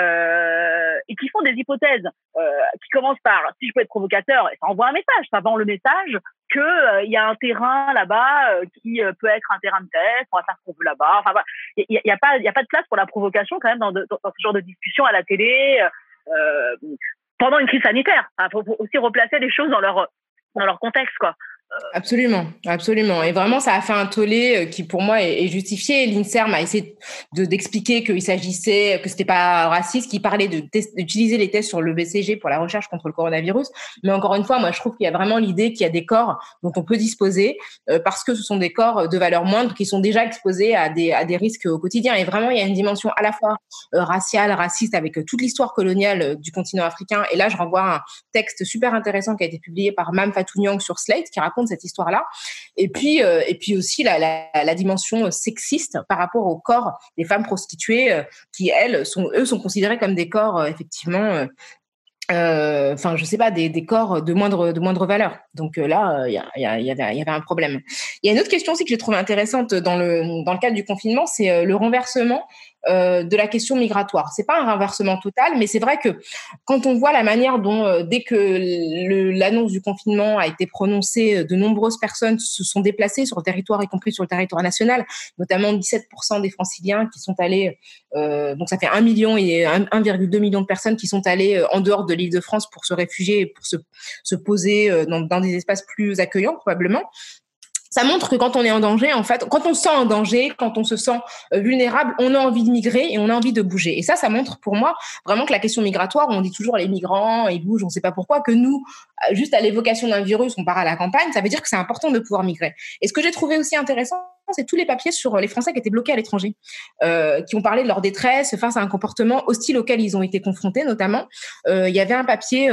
et qui font des hypothèses qui commencent par « si je peux être provocateur », et ça envoie un message, ça vend le message que y a un terrain là-bas qui peut être un terrain de test, on va faire ce qu'on veut là-bas. Enfin, voilà. Il y a pas de place pour la provocation quand même dans ce genre de discussion à la télé pendant une crise sanitaire. Enfin, faut aussi replacer les choses dans leur contexte, quoi. Absolument, absolument. Et vraiment, ça a fait un tollé qui, pour moi, est justifié. L'INSERM a essayé d'expliquer qu'il s'agissait, que c'était pas raciste, qu'il parlait d'utiliser les tests sur le BCG pour la recherche contre le coronavirus. Mais encore une fois, moi, je trouve qu'il y a vraiment l'idée qu'il y a des corps dont on peut disposer parce que ce sont des corps de valeur moindre qui sont déjà exposés à des risques au quotidien. Et vraiment, il y a une dimension à la fois raciale, raciste, avec toute l'histoire coloniale du continent africain. Et là, je renvoie à un texte super intéressant qui a été publié par Mam Fatou Niang sur Slate, qui raconte cette histoire-là. Et puis aussi la dimension sexiste par rapport au corps des femmes prostituées qui, elles, sont considérées comme des corps, effectivement, enfin, je sais pas, des corps de moindre valeur. Donc là, il y avait un problème. Il y a une autre question aussi que j'ai trouvée intéressante dans le cadre du confinement, c'est le renversement de la question migratoire. C'est pas un renversement total, mais c'est vrai que quand on voit la manière dont, dès que l'annonce du confinement a été prononcée, de nombreuses personnes se sont déplacées sur le territoire, y compris sur le territoire national, notamment 17% des Franciliens qui sont allés, donc ça fait 1 million et 1,2 million de personnes qui sont allées en dehors de l'Île-de-France pour se réfugier et pour se poser dans des espaces plus accueillants, probablement. Ça montre que quand on est en danger, en fait, quand on se sent en danger, quand on se sent vulnérable, on a envie de migrer et on a envie de bouger. Et ça montre pour moi vraiment que la question migratoire, on dit toujours les migrants, ils bougent, on ne sait pas pourquoi, que nous, juste à l'évocation d'un virus, on part à la campagne, ça veut dire que c'est important de pouvoir migrer. Et ce que j'ai trouvé aussi intéressant, c'est tous les papiers sur les Français qui étaient bloqués à l'étranger, qui ont parlé de leur détresse face à un comportement hostile auquel ils ont été confrontés, notamment. Il y avait un papier...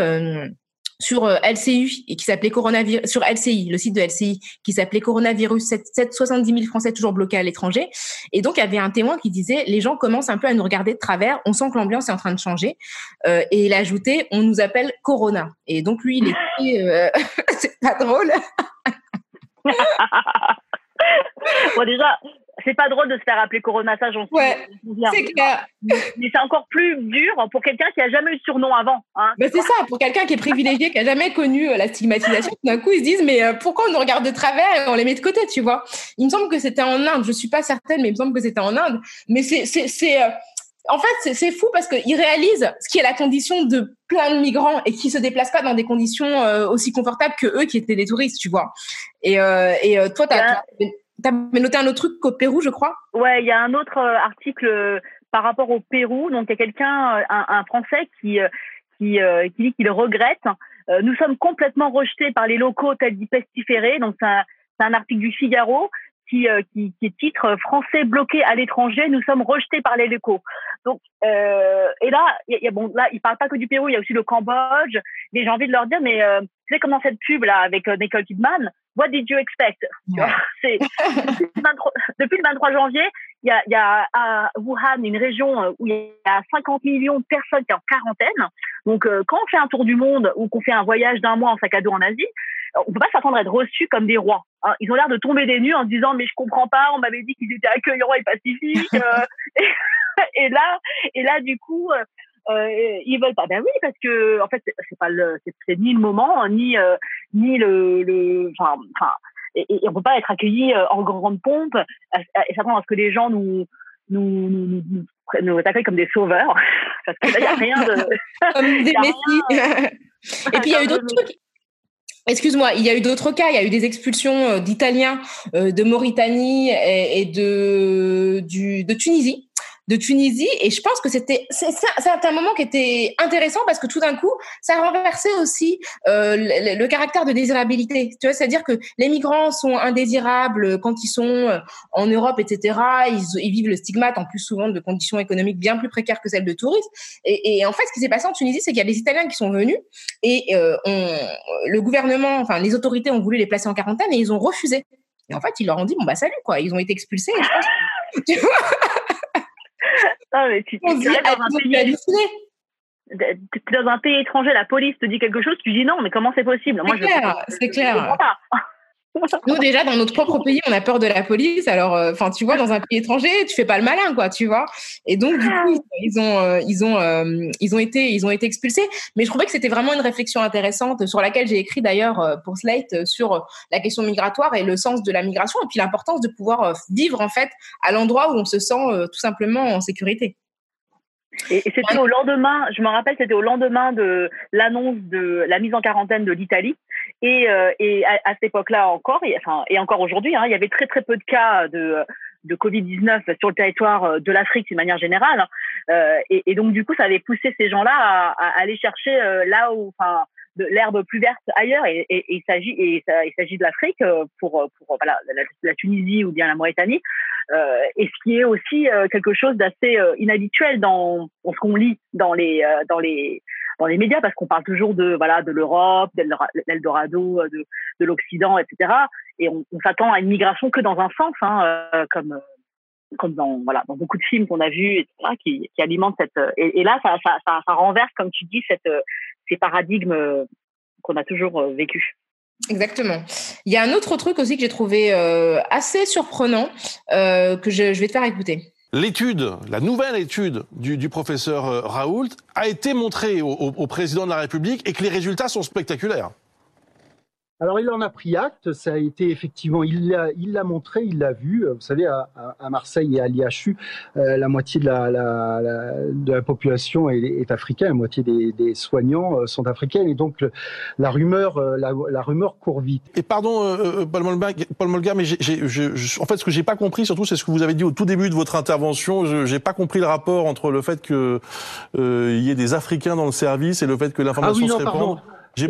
sur LCI et qui s'appelait coronavirus, sur LCI, le site de LCI, qui s'appelait coronavirus, 70 000 Français toujours bloqués à l'étranger. Et donc, il y avait un témoin qui disait, les gens commencent un peu à nous regarder de travers, on sent que l'ambiance est en train de changer. Et il ajoutait, on nous appelle Corona. Et donc, lui, il était, c'est pas drôle. Bon, déjà, c'est pas drôle de se faire appeler Corona, ça, j'en suis c'est clair. Mais c'est encore plus dur pour quelqu'un qui a jamais eu de surnom avant. Hein. Ben c'est ça, pour quelqu'un qui est privilégié, qui a jamais connu la stigmatisation, d'un coup, ils se disent, mais pourquoi on nous regarde de travers et on les met de côté, tu vois? Il me semble que c'était en Inde, je suis pas certaine, mais il me semble que c'était en Inde. Mais en fait, c'est fou parce qu'ils réalisent ce qui est la condition de plein de migrants et qui se déplacent pas dans des conditions aussi confortables que eux qui étaient des touristes, tu vois. Et toi, t'as noté un autre truc au Pérou, je crois? Ouais, il y a un autre article par rapport au Pérou. Donc, il y a quelqu'un, un Français qui dit qu'il regrette. Nous sommes complètement rejetés par les locaux, tels dit pestiférés. Donc, c'est un article du Figaro. qui titre Français bloqués à l'étranger, nous sommes rejetés par les locaux. Donc et là là il parle pas que du Pérou, il y a aussi le Cambodge. Mais j'ai envie de leur dire, mais tu sais comme dans cette pub là avec Nicole Kidman, what did you expect? Tu vois, c'est depuis le 23 janvier, il y a à Wuhan une région où il y a 50 millions de personnes qui sont en quarantaine. Donc quand on fait un tour du monde ou qu'on fait un voyage d'un mois en sac à dos en Asie, on peut pas s'attendre à être reçus comme des rois. Hein. Ils ont l'air de tomber des nues en se disant mais je comprends pas, on m'avait dit qu'ils étaient accueillants et pacifiques. Et là du coup ils veulent pas. Ben oui, parce que en fait c'est ni le moment ni le enfin et on peut pas être accueilli en grande pompe et s'attendre à ce que les gens nous accueillent comme des sauveurs parce que là il y a rien de comme des messies. Et puis il y a eu d'autres trucs. Excuse-moi, il y a eu d'autres cas. Il y a eu des expulsions d'Italiens, de Mauritanie et de Tunisie. Et je pense que c'est un moment qui était intéressant parce que tout d'un coup, ça renversait aussi le caractère de désirabilité. Tu vois, c'est-à-dire que les migrants sont indésirables quand ils sont en Europe, etc. Ils vivent le stigmate, en plus souvent de conditions économiques bien plus précaires que celles de touristes. Et en fait, ce qui s'est passé en Tunisie, c'est qu'il y a des Italiens qui sont venus et le gouvernement, enfin les autorités ont voulu les placer en quarantaine et ils ont refusé. Et en fait, ils leur ont dit bon bah salut quoi. Ils ont été expulsés. Et je pense que, tu vois. Non, mais tu dans un pays étranger, la police te dit quelque chose, tu dis non, mais comment c'est possible? C'est clair. Nous, déjà, dans notre propre pays, on a peur de la police. Alors, tu vois, dans un pays étranger, tu fais pas le malin, quoi, tu vois. Et donc, du coup, ils ont été expulsés. Mais je trouvais que c'était vraiment une réflexion intéressante sur laquelle j'ai écrit d'ailleurs pour Slate sur la question migratoire et le sens de la migration et puis l'importance de pouvoir vivre, en fait, à l'endroit où on se sent tout simplement en sécurité. Et c'était au lendemain, je me rappelle, c'était au lendemain de l'annonce de la mise en quarantaine de l'Italie. Et à cette époque-là encore, et encore aujourd'hui, il y avait très très peu de cas de Covid-19 sur le territoire de l'Afrique d'une manière générale. Et donc du coup, ça avait poussé ces gens-là à aller chercher là où, de l'herbe plus verte ailleurs. Et il s'agit de l'Afrique pour la Tunisie ou bien la Mauritanie. Et ce qui est aussi quelque chose d'assez inhabituel dans ce qu'on lit dans les médias, parce qu'on parle toujours de l'Europe, d'Eldorado, de l'Occident, etc. Et on s'attend à une migration que dans un sens, comme dans beaucoup de films qu'on a vus, etc., qui alimentent cette. Et là, ça renverse, comme tu dis, ces paradigmes qu'on a toujours vécus. Exactement. Il y a un autre truc aussi que j'ai trouvé assez surprenant que je vais te faire écouter. La nouvelle étude du professeur Raoult a été montrée au président de la République et que les résultats sont spectaculaires. Alors, il en a pris acte, ça a été effectivement, il l'a montré, il l'a vu. Vous savez, à Marseille et à l'IHU, la moitié de la population est africaine, la moitié des soignants sont africains, et donc la rumeur court vite. Et pardon, Paul Molgar, mais en fait, ce que j'ai pas compris, surtout, c'est ce que vous avez dit au tout début de votre intervention. J'ai pas compris le rapport entre le fait que il y ait des Africains dans le service et le fait que l'information se répande.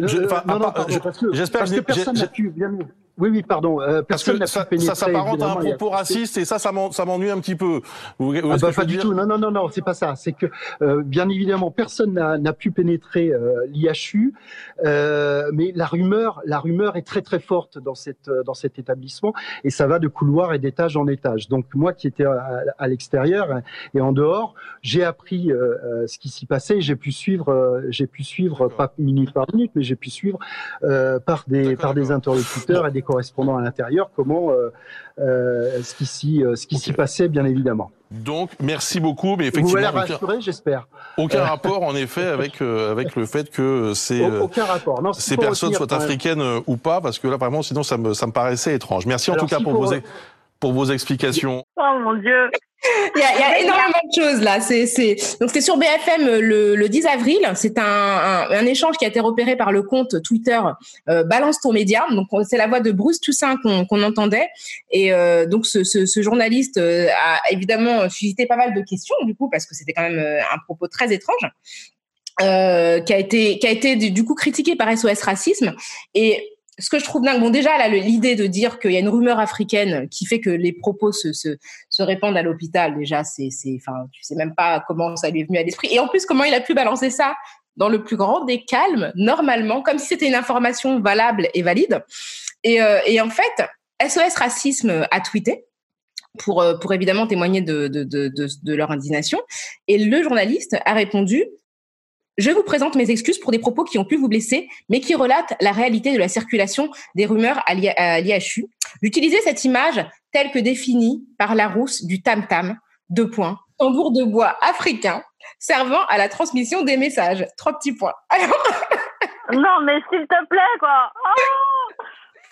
J'espère que personne n'a pu bien mieux. Oui, pardon. Personne n'a pu pénétrer. Ça s'apparente à un propos raciste et ça m'ennuie un petit peu. Pas du tout. Non, c'est pas ça. C'est que, bien évidemment, personne n'a pu pénétrer l'IHU, mais la rumeur est très très forte dans cet établissement et ça va de couloir et d'étage en étage. Donc moi qui étais à l'extérieur et en dehors, j'ai appris ce qui s'y passait. Et j'ai pu suivre pas minute par minute, mais j'ai pu suivre par des interlocuteurs et des correspondants à l'intérieur comment ce qui s'y passait, bien évidemment. Donc merci beaucoup, mais effectivement vous m'avez rassuré, j'espère. Aucun rapport en effet avec le fait que ces personnes soient africaines ou pas, parce que là vraiment sinon ça me paraissait étrange. Merci en tout cas pour vos explications. Oh mon Dieu. Il y a énormément de choses là. Donc c'était sur BFM le 10 avril. C'est un échange qui a été repéré par le compte Twitter Balance ton média. Donc c'est la voix de Bruce Toussaint qu'on entendait. Et donc ce journaliste a évidemment suscité pas mal de questions du coup parce que c'était quand même un propos très étrange. Qui a été du coup critiqué par SOS Racisme. Et ce que je trouve dingue, bon déjà là, l'idée de dire qu'il y a une rumeur africaine qui fait que les propos se répandent à l'hôpital, déjà enfin, tu sais même pas comment ça lui est venu à l'esprit. Et en plus, comment il a pu balancer ça dans le plus grand des calmes, normalement, comme si c'était une information valable et valide. Et en fait, SOS Racisme a tweeté pour évidemment témoigner de leur indignation. Et le journaliste a répondu: je vous présente mes excuses pour des propos qui ont pu vous blesser, mais qui relatent la réalité de la circulation des rumeurs à l'IHU. J'utilisais cette image telle que définie par Larousse du tam-tam, tambour de bois africain, servant à la transmission des messages. 3 petits points. Alors... Non, mais s'il te plaît, quoi. Oh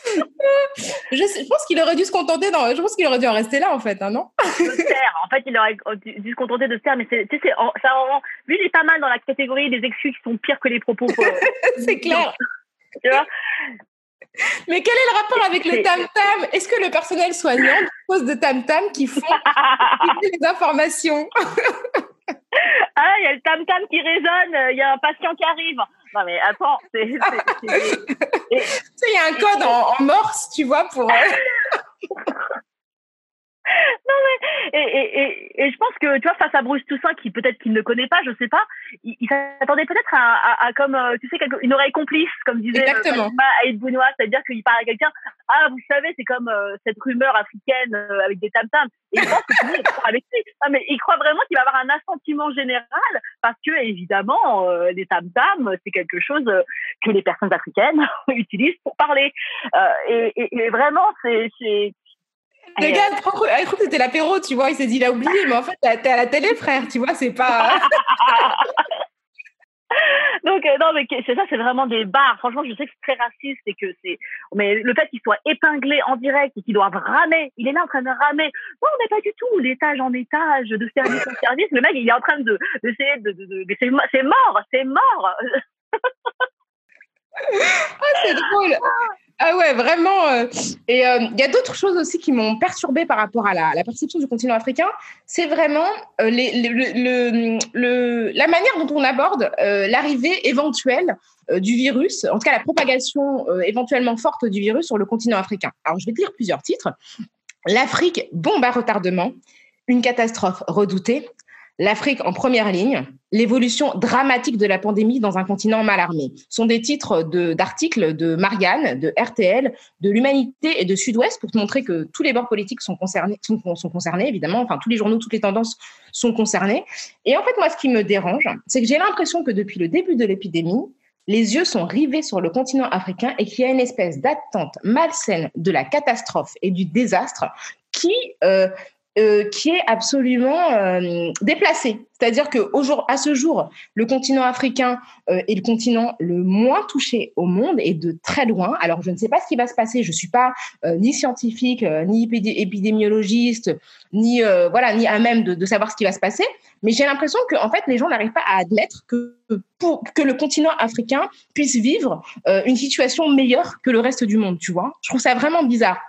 je pense qu'il aurait dû se contenter je pense qu'il aurait dû en rester là, en fait, hein, non? De se taire. En fait, il aurait dû se contenter de se taire, mais lui, il est pas mal dans la catégorie des excuses qui sont pires que les propos. C'est clair. Tu vois? Mais quel est le rapport avec le tam-tam? Est-ce que le personnel soignant dispose de tam-tam qui font les informations? Ah, il y a le tam-tam qui résonne, il y a un patient qui arrive. Non, mais attends, tu sais, il y a un code en morse, tu vois, pour... Non, mais et je pense que, tu vois, face à Bruce Toussaint, qui peut-être qu'il ne connaît pas, je sais pas, il s'attendait peut-être à comme, tu sais, une oreille complice, comme disait Aïd Bounoua, c'est-à-dire qu'il parle à quelqu'un, ah, vous savez, c'est comme cette rumeur africaine avec des tam-tams. Et je pense que tout le monde croit avec lui. Non, mais il croit vraiment qu'il va avoir un assentiment général, parce que, évidemment, les tam-tams, c'est quelque chose que les personnes africaines utilisent pour parler. Et vraiment, c'est le gars, il croit que c'était l'apéro, tu vois, il s'est dit, il a oublié, mais en fait, t'es à la télé, frère, tu vois, c'est pas... Donc, non, mais c'est ça, c'est vraiment des barres. Franchement, je sais que c'est très raciste mais le fait qu'il soit épinglé en direct et qu'il doive ramer, il est là en train de ramer. Non, on n'est pas du tout d'étage en étage, de service en service. Le mec, il est en train d'essayer c'est mort. C'est drôle. Ah ouais, vraiment. Et il y a d'autres choses aussi qui m'ont perturbée par rapport à la perception du continent africain. C'est vraiment la manière dont on aborde l'arrivée éventuelle du virus, en tout cas la propagation éventuellement forte du virus sur le continent africain. Alors, je vais te lire plusieurs titres. L'Afrique, bombe à retardement, une catastrophe redoutée. L'Afrique en première ligne, l'évolution dramatique de la pandémie dans un continent mal armé. Ce sont des titres d'articles de Marianne, de RTL, de l'Humanité et de Sud-Ouest pour te montrer que tous les bords politiques sont concernés, évidemment. Enfin, tous les journaux, toutes les tendances sont concernées. Et en fait, moi, ce qui me dérange, c'est que j'ai l'impression que depuis le début de l'épidémie, les yeux sont rivés sur le continent africain et qu'il y a une espèce d'attente malsaine de la catastrophe et du désastre qui est absolument déplacé. C'est-à-dire qu'à ce jour, le continent africain est le continent le moins touché au monde et de très loin. Alors, je ne sais pas ce qui va se passer. Je ne suis pas ni scientifique, ni épidémiologiste, ni à même de savoir ce qui va se passer. Mais j'ai l'impression que, en fait, les gens n'arrivent pas à admettre que le continent africain puisse vivre une situation meilleure que le reste du monde, tu vois. Je trouve ça vraiment bizarre.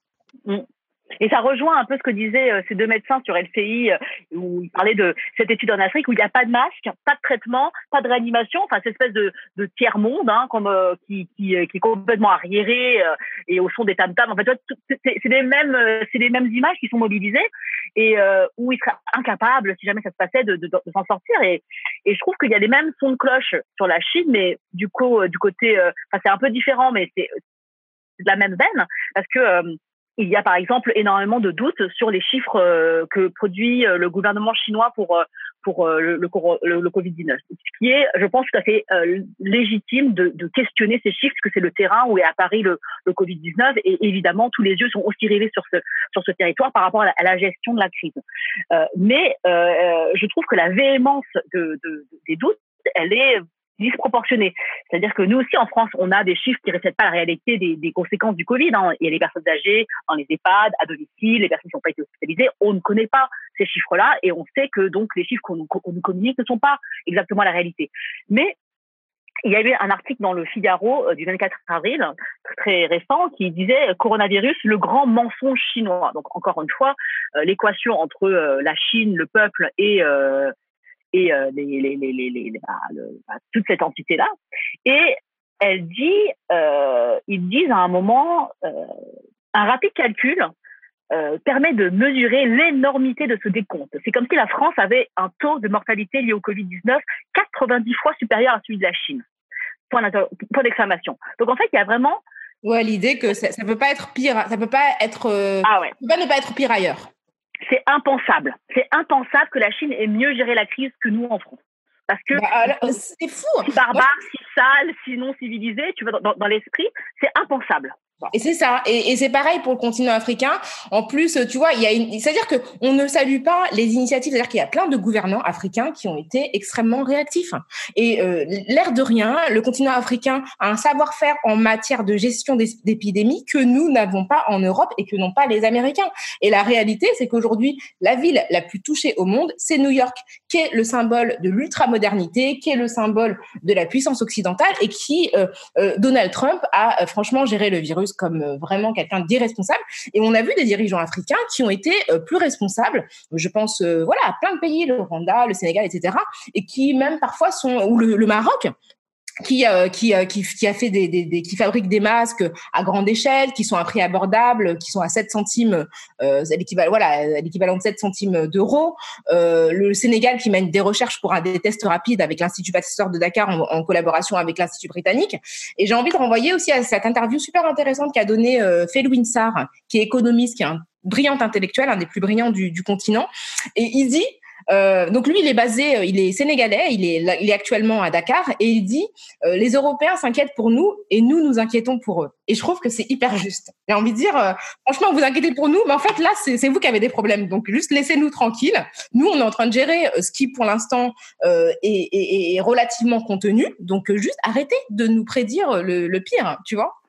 Et ça rejoint un peu ce que disaient ces 2 médecins sur LCI, où ils parlaient de cette étude en Afrique où il n'y a pas de masque, pas de traitement, pas de réanimation, enfin cette espèce de tiers-monde qui est complètement arriéré et au son des tam-tams. En fait, c'est les mêmes images qui sont mobilisées et où ils seraient incapables, si jamais ça se passait, de s'en sortir. Et je trouve qu'il y a les mêmes sons de cloche sur la Chine, mais du côté, c'est un peu différent, mais c'est de la même veine, parce que il y a par exemple énormément de doutes sur les chiffres que produit le gouvernement chinois pour le Covid-19. Ce qui est, je pense, tout à fait légitime de questionner ces chiffres, parce que c'est le terrain où est apparu le Covid-19 et évidemment tous les yeux sont aussi rivés sur ce territoire par rapport à la gestion de la crise. Mais je trouve que la véhémence des doutes, elle est disproportionnée. C'est-à-dire que nous aussi, en France, on a des chiffres qui ne reflètent pas la réalité des conséquences du Covid. Il y a les personnes âgées dans les EHPAD, à domicile, les personnes qui n'ont pas été hospitalisées. On ne connaît pas ces chiffres-là et on sait que donc les chiffres qu'on nous communique ne sont pas exactement la réalité. Mais il y a eu un article dans le Figaro du 24 avril, très récent, qui disait « Coronavirus, le grand mensonge chinois ». Donc, encore une fois, l'équation entre la Chine, le peuple et toute cette entité-là. Et ils disent à un moment, un rapide calcul permet de mesurer l'énormité de ce décompte. C'est comme si la France avait un taux de mortalité lié au Covid-19 90 fois supérieur à celui de la Chine. Point d'exclamation. Donc en fait, il y a vraiment... Ouais, l'idée que ça peut pas être pire, ça peut pas être... Ah ouais. Ça peut pas ne pas être pire ailleurs. C'est impensable. C'est impensable que la Chine ait mieux géré la crise que nous en France. Parce que c'est fou. Si barbare, si sale, si non civilisé, tu vois, dans l'esprit, c'est impensable. Et c'est ça. Et c'est pareil pour le continent africain. En plus, tu vois, c'est-à-dire qu'on ne salue pas les initiatives. C'est-à-dire qu'il y a plein de gouvernants africains qui ont été extrêmement réactifs. Et l'air de rien, le continent africain a un savoir-faire en matière de gestion d'épidémies que nous n'avons pas en Europe et que n'ont pas les Américains. Et la réalité, c'est qu'aujourd'hui, la ville la plus touchée au monde, c'est New York, qui est le symbole de l'ultramodernité, qui est le symbole de la puissance occidentale et qui, Donald Trump, a franchement géré le virus comme vraiment quelqu'un d'irresponsable. Et on a vu des dirigeants africains qui ont été plus responsables. Je pense à plein de pays, le Rwanda, le Sénégal, etc. Et qui même parfois ou le Maroc, qui fabrique des masques à grande échelle, qui sont à prix abordable, qui sont à 7 centimes, l'équivalent de 7 centimes d'euros. Le Sénégal qui mène des recherches pour des tests rapides avec l'Institut Pasteur de Dakar en collaboration avec l'Institut britannique. Et j'ai envie de renvoyer aussi à cette interview super intéressante qu'a donnée Felwine Sarr, qui est économiste, qui est un brillant intellectuel, un des plus brillants du continent. Et il dit, donc lui, il est sénégalais, il est actuellement à Dakar, et il dit les Européens s'inquiètent pour nous et nous inquiétons pour eux. Et je trouve que c'est hyper juste. J'ai envie de dire, franchement, vous inquiétez pour nous, mais en fait là, c'est vous qui avez des problèmes. Donc juste laissez-nous tranquilles. Nous, on est en train de gérer ce qui, pour l'instant, est relativement contenu. Donc juste arrêtez de nous prédire le pire, tu vois.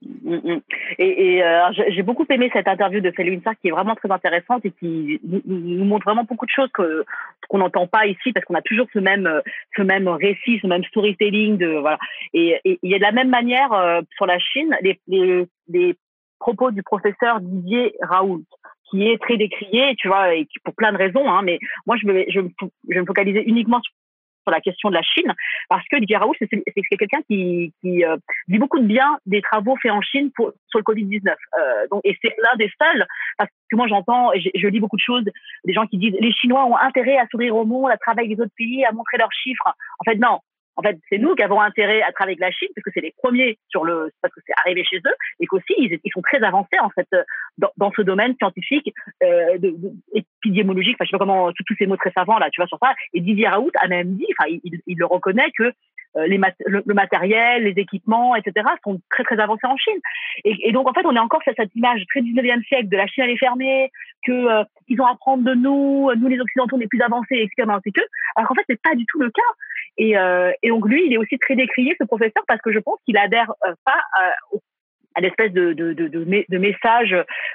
Et j'ai beaucoup aimé cette interview de Felwine Sarr qui est vraiment très intéressante et qui nous montre vraiment beaucoup de choses qu'on n'entend pas ici parce qu'on a toujours ce même récit, ce même storytelling Et il y a de la même manière sur la Chine les propos du professeur Didier Raoult qui est très décrié, tu vois, et pour plein de raisons, mais moi je vais me focaliser uniquement sur la question de la Chine, parce que Didier Raoult, c'est quelqu'un qui dit beaucoup de bien des travaux faits en Chine sur le Covid-19. Et c'est l'un des seuls, parce que moi j'entends, et je lis beaucoup de choses, des gens qui disent les Chinois ont intérêt à s'ouvrir au monde, à travailler avec les autres pays, à montrer leurs chiffres. En fait, non. En fait, c'est nous qui avons intérêt à travailler avec la Chine, parce que c'est les premiers parce que c'est arrivé chez eux, et qu'aussi ils sont très avancés en fait dans ce domaine scientifique, épidémiologique. Enfin, je sais pas comment tous ces mots très savants là, tu vois sur ça. Et Didier Raoult a même dit, enfin, il le reconnaît que le matériel, les équipements, etc. sont très très avancés en Chine. Et donc en fait, on est encore sur cette image très 19e siècle de la Chine elle est fermée, que ils ont à apprendre de nous les Occidentaux on est plus avancés et expérimentés qu'eux. Alors qu'en fait, c'est pas du tout le cas. Et donc lui, il est aussi très décrié, ce professeur, parce que je pense qu'il adhère pas à l'espèce de message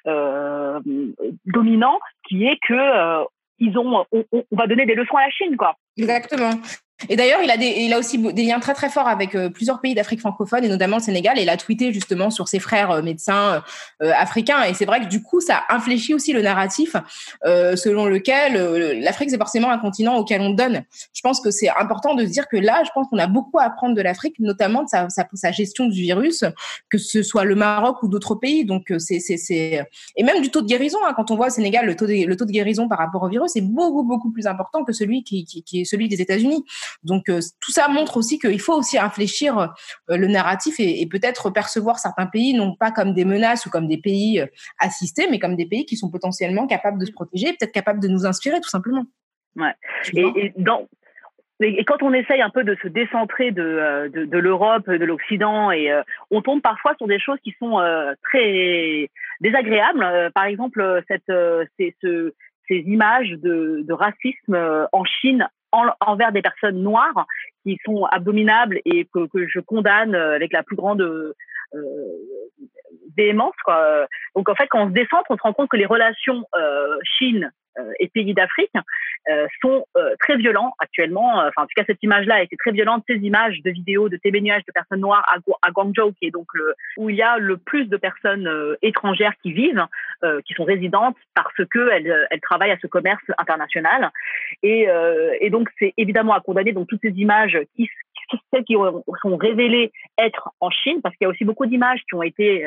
dominant qui est que on va donner des leçons à la Chine, quoi. Exactement. Et d'ailleurs, il a aussi des liens très très forts avec plusieurs pays d'Afrique francophone et notamment le Sénégal. Et il a tweeté justement sur ses frères médecins africains. Et c'est vrai que du coup, ça infléchit aussi le narratif selon lequel l'Afrique c'est forcément un continent auquel on donne. Je pense que c'est important de se dire que là, je pense qu'on a beaucoup à apprendre de l'Afrique, notamment de sa gestion du virus, que ce soit le Maroc ou d'autres pays. Donc et même du taux de guérison. Quand on voit au Sénégal, le taux de guérison par rapport au virus est beaucoup beaucoup plus important que celui qui est celui des États-Unis. Donc tout ça montre aussi qu'il faut aussi infléchir le narratif et peut-être percevoir certains pays non pas comme des menaces ou comme des pays assistés, mais comme des pays qui sont potentiellement capables de se protéger, peut-être capables de nous inspirer tout simplement. Ouais. Et quand on essaye un peu de se décentrer de l'Europe, de l'Occident, et on tombe parfois sur des choses qui sont très désagréables. Par exemple, ces images de racisme en Chine envers des personnes noires qui sont abominables et que je condamne avec la plus grande véhémence, quoi. Donc en fait, quand on se décentre, on se rend compte que les relations Chine et pays d'Afrique sont très violents actuellement. Enfin, en tout cas, cette image-là a été très violente. Ces images de vidéos de témoignages de personnes noires à Guangzhou, qui est donc où il y a le plus de personnes étrangères qui vivent, qui sont résidentes parce que elles travaillent à ce commerce international. Et donc, c'est évidemment à condamner. Donc, toutes ces images qui celles qui sont révélées être en Chine, parce qu'il y a aussi beaucoup d'images qui ont été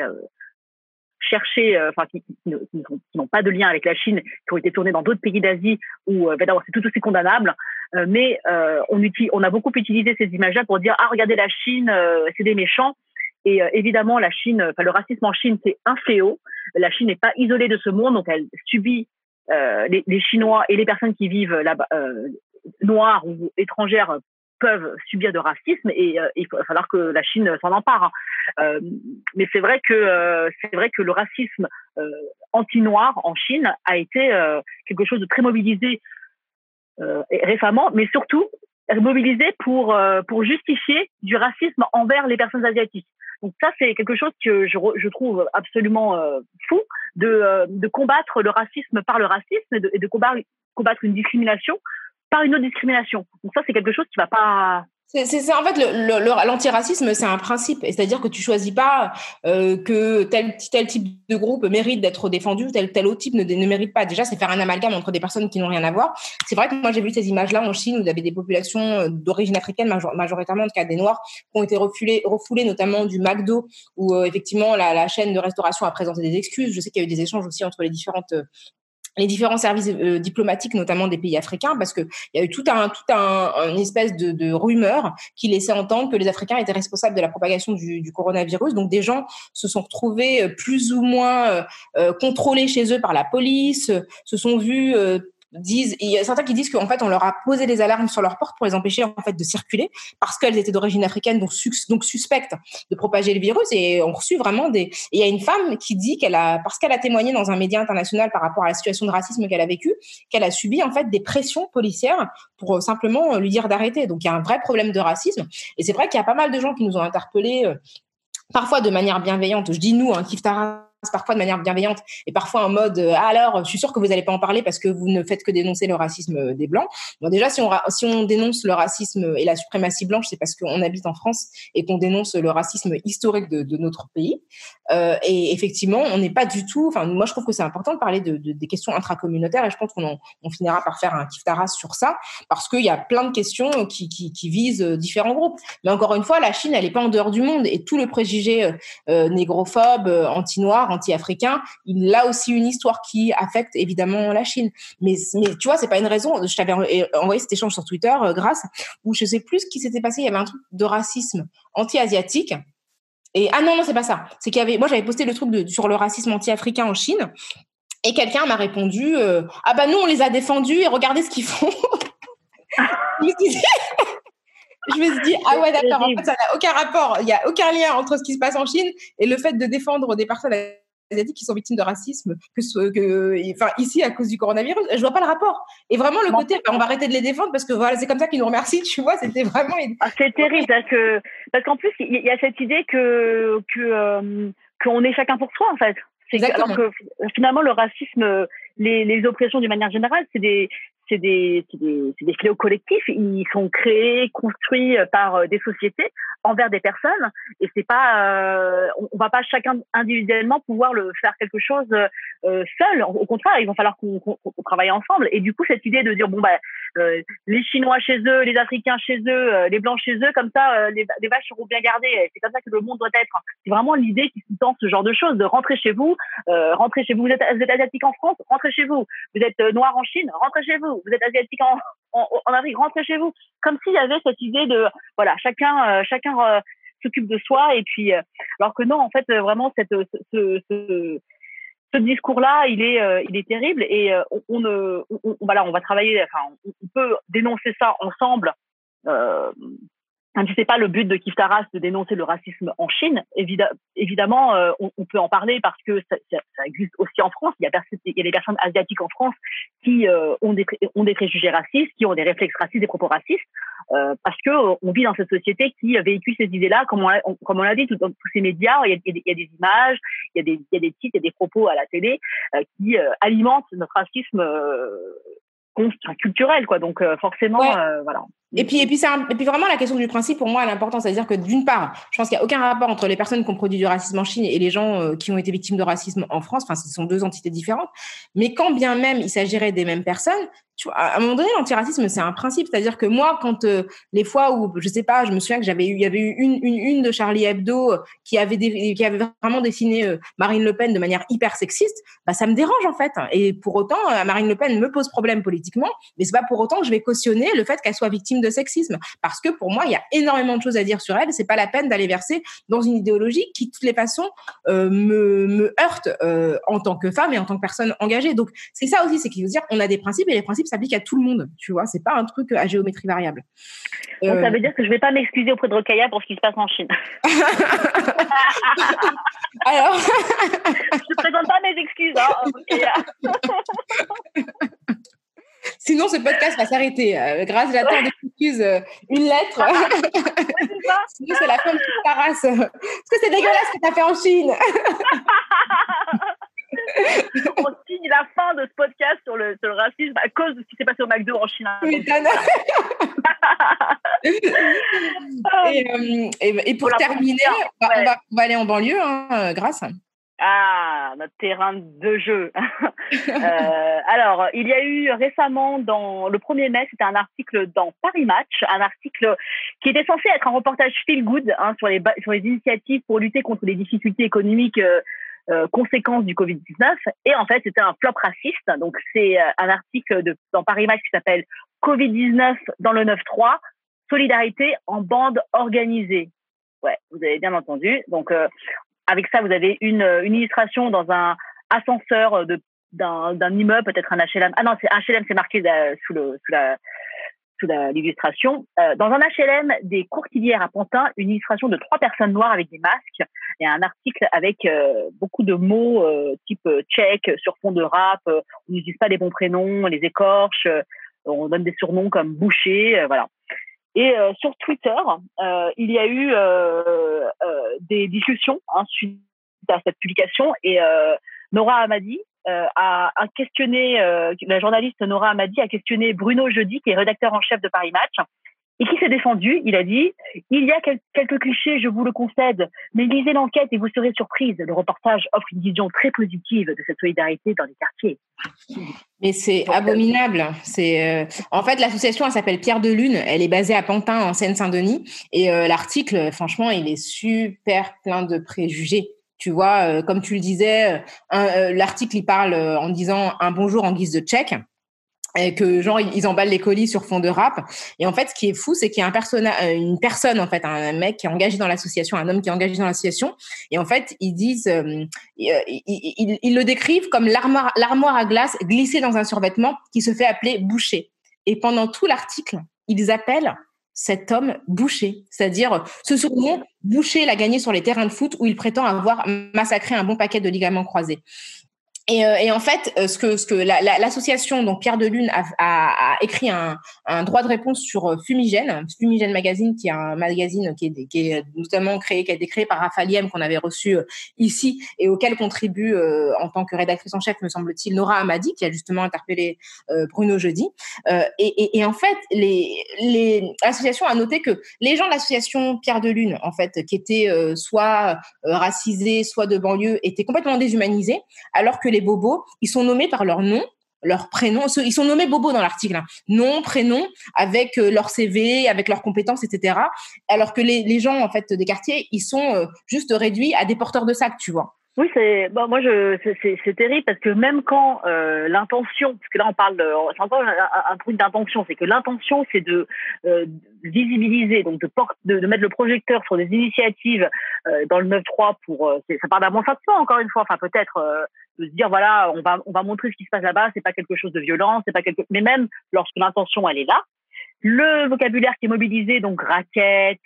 cherchées, qui n'ont pas de lien avec la Chine, qui ont été tournées dans d'autres pays d'Asie où d'abord c'est tout aussi condamnable, mais on a beaucoup utilisé ces images-là pour dire regardez la Chine, c'est des méchants. Et évidemment, la Chine, le racisme en Chine, c'est un fléau. La Chine n'est pas isolée de ce monde, donc elle subit les Chinois et les personnes qui vivent là-bas, noires ou étrangères, peuvent subir de racisme, et il va falloir que la Chine s'en empare. Mais c'est vrai que le racisme anti-noir en Chine a été quelque chose de très mobilisé récemment, mais surtout mobilisé pour justifier du racisme envers les personnes asiatiques. Donc ça, c'est quelque chose que je trouve absolument fou, de combattre le racisme par le racisme et de combattre une discrimination par une autre discrimination. Donc ça, c'est quelque chose qui va pas... C'est en fait l'antiracisme, c'est un principe, c'est-à-dire que tu choisis pas que tel type de groupe mérite d'être défendu, tel autre type ne mérite pas. Déjà, c'est faire un amalgame entre des personnes qui n'ont rien à voir. C'est vrai que moi j'ai vu ces images-là en Chine où il y avait des populations d'origine africaine, majoritairement en tout cas des Noirs, qui ont été refoulées notamment du McDo, où effectivement la chaîne de restauration a présenté des excuses. Je sais qu'il y a eu des échanges aussi entre les différents services diplomatiques, notamment des pays africains, parce que il y a eu une espèce de rumeur qui laissait entendre que les Africains étaient responsables de la propagation du coronavirus. Donc des gens se sont retrouvés plus ou moins contrôlés chez eux par la police, se sont vus il y a certains qui disent qu'en fait on leur a posé des alarmes sur leur porte pour les empêcher en fait de circuler parce qu'elles étaient d'origine africaine, donc suspectes de propager le virus, et on reçu vraiment et il y a une femme qui dit parce qu'elle a témoigné dans un média international par rapport à la situation de racisme qu'elle a vécue, qu'elle a subi en fait des pressions policières pour simplement lui dire d'arrêter. Donc il y a un vrai problème de racisme, et c'est vrai qu'il y a pas mal de gens qui nous ont interpellés, parfois de manière bienveillante. Je dis nous, Kif Taras, parfois de manière bienveillante et parfois en mode alors je suis sûr que vous n'allez pas en parler parce que vous ne faites que dénoncer le racisme des blancs. Bon, déjà si on dénonce le racisme et la suprématie blanche, c'est parce qu'on habite en France et qu'on dénonce le racisme historique de notre pays, et effectivement on n'est pas du tout, moi je trouve que c'est important de parler des questions intracommunautaires, et je pense qu'on finira par faire un Kif Taras sur ça, parce qu'il y a plein de questions qui visent différents groupes. Mais encore une fois, la Chine elle n'est pas en dehors du monde, et tout le préjugé négrophobe, anti-noir, anti-africain, il a aussi une histoire qui affecte évidemment la Chine. Mais tu vois, c'est pas une raison. Je t'avais envoyé cet échange sur Twitter, Grâce, où je sais plus ce qui s'était passé. Il y avait un truc de racisme anti-asiatique. Et non, c'est pas ça. C'est moi j'avais posté le truc sur le racisme anti-africain en Chine, et quelqu'un m'a répondu nous on les a défendus et regardez ce qu'ils font. Je me suis dit, ah ouais, d'accord, en fait, ça n'a aucun rapport. Il n'y a aucun lien entre ce qui se passe en Chine et le fait de défendre des personnes asiatiques qui sont victimes de racisme, ici, à cause du coronavirus. Je vois pas le rapport. Et vraiment, le côté, on va arrêter de les défendre parce que voilà, c'est comme ça qu'ils nous remercient, tu vois, c'était vraiment... c'est terrible, parce qu'en plus, il y a cette idée qu'on est chacun pour soi, en fait. Alors que finalement, le racisme, les oppressions d'une manière générale, c'est des fléaux collectifs. Ils sont créés, construits par des sociétés envers des personnes, et c'est pas, on va pas chacun individuellement pouvoir le faire quelque chose seul. Au contraire, il va falloir qu'on travaille ensemble. Et du coup, cette idée de dire les Chinois chez eux, les Africains chez eux, les Blancs chez eux, comme ça, les vaches seront bien gardées. C'est comme ça que le monde doit être. C'est vraiment l'idée qui sous-tend ce genre de choses, de rentrer chez vous. Vous êtes asiatique en France, rentrez chez vous. Vous êtes noir en Chine, rentrez chez vous. Vous êtes asiatique en Afrique, rentrez chez vous. Comme s'il y avait cette idée de chacun s'occupe de soi, et puis alors que non, en fait, vraiment ce discours-là, il est terrible, et on va travailler. On peut dénoncer ça ensemble. C'est pas le but de Kif Taras de dénoncer le racisme en Chine. Évidemment, on peut en parler parce que ça existe aussi en France. Il y a des personnes asiatiques en France qui ont des préjugés racistes, qui ont des réflexes racistes, des propos racistes, parce que on vit dans cette société qui véhicule ces idées-là, comme on l'a dit, dans tous ces médias. Il y a des images, il y a des titres, il y a des propos à la télé qui alimentent notre racisme culturel, quoi. Donc forcément, voilà. Et puis vraiment la question du principe, pour moi, elle est importante. C'est-à-dire que d'une part, je pense qu'il n'y a aucun rapport entre les personnes qui ont produit du racisme en Chine et les gens qui ont été victimes de racisme en France. Ce sont deux entités différentes. Mais quand bien même il s'agirait des mêmes personnes, tu vois, à un moment donné, l'antiracisme, c'est un principe. C'est-à-dire que moi, quand les fois où, je sais pas, je me souviens que il y avait eu une de Charlie Hebdo qui avait vraiment dessiné Marine Le Pen de manière hyper sexiste, bah, ça me dérange, en fait. Et pour autant, Marine Le Pen me pose problème politiquement, mais c'est pas pour autant que je vais cautionner le fait qu'elle soit victime de sexisme. Parce que pour moi, il y a énormément de choses à dire sur elle. C'est pas la peine d'aller verser dans une idéologie qui, de toutes les façons, me heurte en tant que femme et en tant que personne engagée. Donc, c'est ça aussi, c'est qu'il veut dire on a des principes et les principes s'appliquent à tout le monde. Tu vois, c'est pas un truc à géométrie variable. Donc, ça veut dire que je vais pas m'excuser auprès de Rokhaya pour ce qui se passe en Chine. Alors, je présente pas mes excuses. Sinon, ce podcast va s'arrêter. Grâce, j'attends des excuses, une lettre. Sinon, c'est la fin de toute ta race. Parce que c'est dégueulasse ce que tu as fait en Chine. On signe la fin de ce podcast sur le racisme à cause de ce qui s'est passé au McDo en Chine. Et pour terminer, on va aller en banlieue, Grâce. Ah, notre terrain de jeu. Alors, il y a eu récemment, dans le 1er mai, c'était un article dans Paris Match, un article qui était censé être un reportage feel good sur les initiatives pour lutter contre les difficultés économiques conséquences du Covid-19. Et en fait, c'était un flop raciste. Donc, c'est un article dans Paris Match qui s'appelle Covid-19 dans le 9-3, solidarité en bande organisée. Ouais, vous avez bien entendu. Donc, avec ça, vous avez une illustration dans un ascenseur d'un immeuble, peut-être un HLM. Ah non, c'est HLM, c'est marqué sous l'illustration. Dans un HLM des Courtilières à Pantin, une illustration de 3 personnes noires avec des masques et un article avec beaucoup de mots type tchèque sur fond de rap. On n'utilise pas les bons prénoms, on les écorche, on donne des surnoms comme boucher, voilà. Et sur Twitter, il y a eu des discussions suite à cette publication et Nora Hamadi a questionné, la journaliste Nora Hamadi a questionné Bruno Jeudi, qui est rédacteur en chef de Paris Match, et qui s'est défendu. Il a dit « Il y a quelques clichés, je vous le concède, mais lisez l'enquête et vous serez surprise. Le reportage offre une vision très positive de cette solidarité dans les quartiers. » Mais c'est abominable. En fait, l'association, elle s'appelle Pierre de Lune. Elle est basée à Pantin, en Seine-Saint-Denis. Et l'article, franchement, il est super plein de préjugés. Tu vois, comme tu le disais, l'article, il parle en disant un bonjour en guise de tchèque. Et que genre ils emballent les colis sur fond de rap. Et en fait, ce qui est fou, c'est qu'il y a une personne, en fait, un mec qui est engagé dans l'association, un homme qui est engagé dans l'association. Et en fait, ils disent, ils le décrivent comme l'armoire à glace glissée dans un survêtement qui se fait appeler boucher. Et pendant tout l'article, ils appellent cet homme Boucher, c'est-à-dire ce surnom, Boucher l'a gagné sur les terrains de foot où il prétend avoir massacré un bon paquet de ligaments croisés. Et en fait, ce que l'association, donc Pierre de Lune, a écrit un droit de réponse sur Fumigène Magazine, qui est un magazine qui est notamment qui a été créé par Raphaël Liem, qu'on avait reçu ici, et auquel contribue en tant que rédactrice en chef, me semble-t-il, Nora Hamadi, qui a justement interpellé Bruno Jeudi. Et en fait, l'association a noté que les gens de l'association Pierre de Lune, en fait, qui étaient soit racisés, soit de banlieue, étaient complètement déshumanisés, alors que les bobos, ils sont nommés par leur nom, leur prénom. Ils sont nommés bobos dans l'article. Nom, prénom, avec leur CV, avec leurs compétences, etc. Alors que les gens, en fait, des quartiers, ils sont juste réduits à des porteurs de sacs, tu vois. Oui, c'est terrible parce que même quand l'intention, parce que là on parle, c'est encore un truc d'intention, c'est que l'intention c'est de visibiliser, donc de mettre le projecteur sur des initiatives dans le 9-3 pour, ça part d'un bon sentiment encore une fois, enfin peut-être de se dire voilà, on va montrer ce qui se passe là-bas, c'est pas quelque chose de violent, mais même lorsque l'intention elle est là, le vocabulaire qui est mobilisé, donc raquette,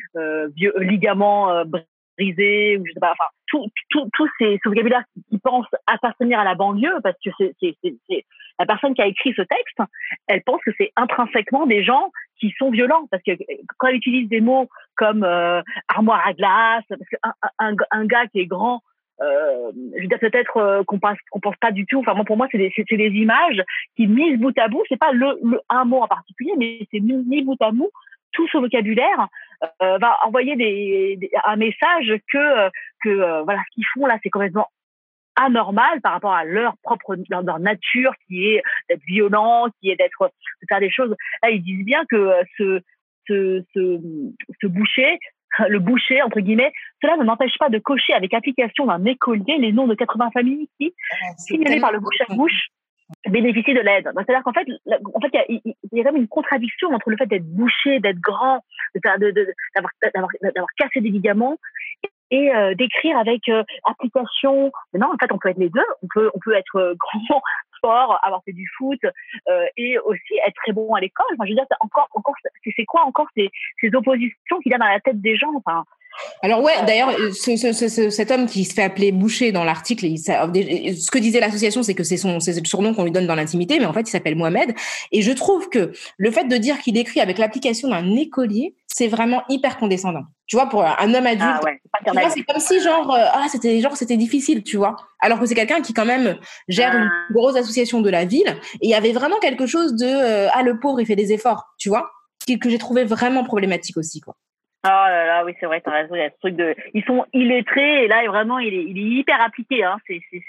ligament brisé, ou je sais pas, enfin tous ces vocabulaires qui pensent appartenir à la banlieue, parce que c'est la personne qui a écrit ce texte, elle pense que c'est intrinsèquement des gens qui sont violents, parce que quand elle utilise des mots comme armoire à glace, parce qu'un gars qui est grand, je veux dire peut-être qu'on pense pas du tout. Enfin moi pour moi c'est des images qui mises bout à bout, c'est pas un mot en particulier, mais c'est mis bout à bout. Tout ce vocabulaire va envoyer un message que voilà, ce qu'ils font là c'est complètement anormal par rapport à leur nature qui est d'être violent, qui est de faire des choses. Là, ils disent bien que ce boucher, le boucher entre guillemets, cela ne m'empêche pas de cocher avec application d'un écolier les noms de 80 familles qui, signalées par le bouche à bouche, bénéficient de l'aide. Donc, c'est-à-dire qu'en fait, il y a quand même une contradiction entre le fait d'être bouché, d'être grand, d'avoir cassé des ligaments, et d'écrire avec application. Mais non, en fait, on peut être les deux. On peut être grand, fort, avoir fait du foot, et aussi être très bon à l'école. Enfin, je veux dire, c'est quoi encore ces oppositions qu'il y a dans la tête des gens. Enfin. Alors ouais, d'ailleurs, cet homme qui se fait appeler Boucher dans l'article, ce que disait l'association, c'est que c'est le surnom qu'on lui donne dans l'intimité, mais en fait, il s'appelle Mohamed. Et je trouve que le fait de dire qu'il écrit avec l'application d'un écolier, c'est vraiment hyper condescendant. Tu vois, pour un homme adulte, tu vois, c'est comme si c'était difficile, tu vois. Alors que c'est quelqu'un qui quand même gère une grosse association de la ville, et il y avait vraiment quelque chose de le pauvre, il fait des efforts, tu vois, que j'ai trouvé vraiment problématique aussi, quoi. Oh là là, oui, c'est vrai, t'as raison, il y a ce truc ils sont illettrés, et là, vraiment, il est hyper appliqué, hein,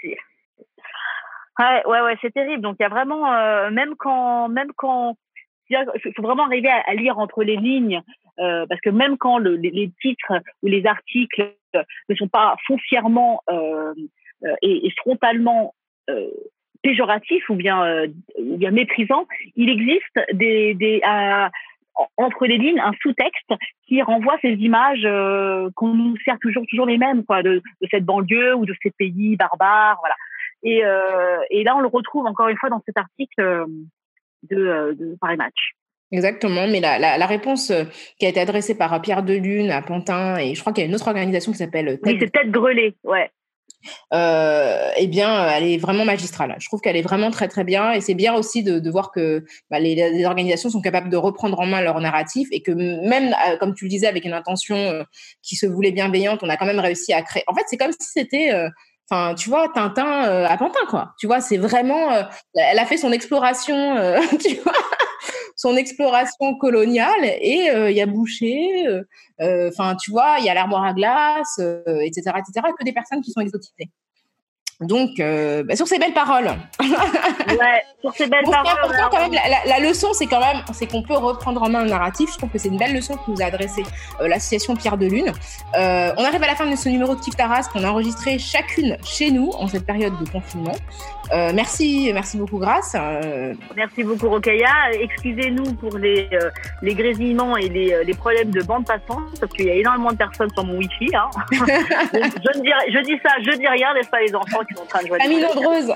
Ouais, c'est terrible. Donc, il y a vraiment, même quand, il faut vraiment arriver à lire entre les lignes, parce que même quand les titres ou les articles ne sont pas foncièrement, et frontalement, péjoratifs ou bien méprisants, il existe entre les lignes, un sous-texte qui renvoie ces images qu'on nous sert toujours les mêmes, quoi, de cette banlieue ou de ces pays barbares, voilà. Et là, on le retrouve encore une fois dans cet article de Paris Match. Exactement, mais la réponse qui a été adressée par Pierre Delune à Pantin, et je crois qu'il y a une autre organisation qui s'appelle oui, c'est Tête Grelée, ouais. Eh bien, elle est vraiment magistrale. Je trouve qu'elle est vraiment très très bien, et c'est bien aussi de voir que les organisations sont capables de reprendre en main leur narratif, et que même, comme tu le disais, avec une intention qui se voulait bienveillante, on a quand même réussi à créer. En fait, c'est comme si c'était, tu vois, Tintin à Pantin, quoi. Tu vois, c'est vraiment, elle a fait son exploration, tu vois. Son exploration coloniale, et il y a Boucher, tu vois, il y a l'armoire à glace, etc., que des personnes qui sont exotisées. Donc, sur ces belles paroles. Ouais, sur ces belles paroles. Important, quand même, la leçon, c'est qu'on peut reprendre en main le narratif. Je trouve que c'est une belle leçon que nous a adressée l'association Pierre Delune. On arrive à la fin de ce numéro de Kif Taras qu'on a enregistré chacune chez nous en cette période de confinement. Merci beaucoup Grace. Merci beaucoup Rokhaya. Excusez-nous pour les grésillements et les problèmes de bande passante, parce qu'il y a énormément de personnes sur mon Wi-Fi. Hein. je dis rien, n'est-ce pas, les enfants qui sont en train de jouer. Famille nombreuse.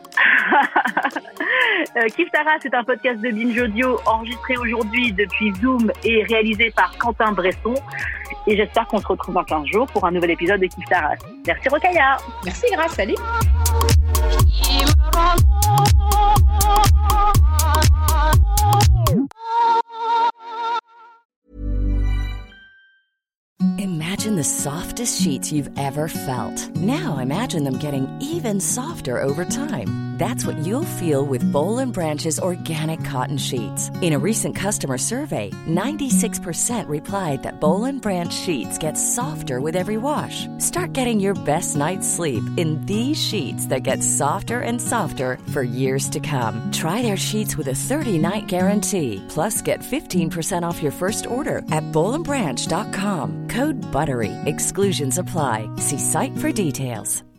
Kif Taras, c'est un podcast de Binge Audio enregistré aujourd'hui depuis Zoom et réalisé par Quentin Bresson. Et j'espère qu'on se retrouve dans 15 jours pour un nouvel épisode de Kif Taras. Merci Rokhaya. Merci Grace, salut. Imagine the softest sheets you've ever felt. Now imagine them getting even softer over time. That's what you'll feel with Boll & Branch's organic cotton sheets. In a recent customer survey, 96% replied that Boll & Branch sheets get softer with every wash. Start getting your best night's sleep in these sheets that get softer and softer for years to come. Try their sheets with a 30-night guarantee. Plus, get 15% off your first order at bollandbranch.com. Code BUTTERY. Exclusions apply. See site for details.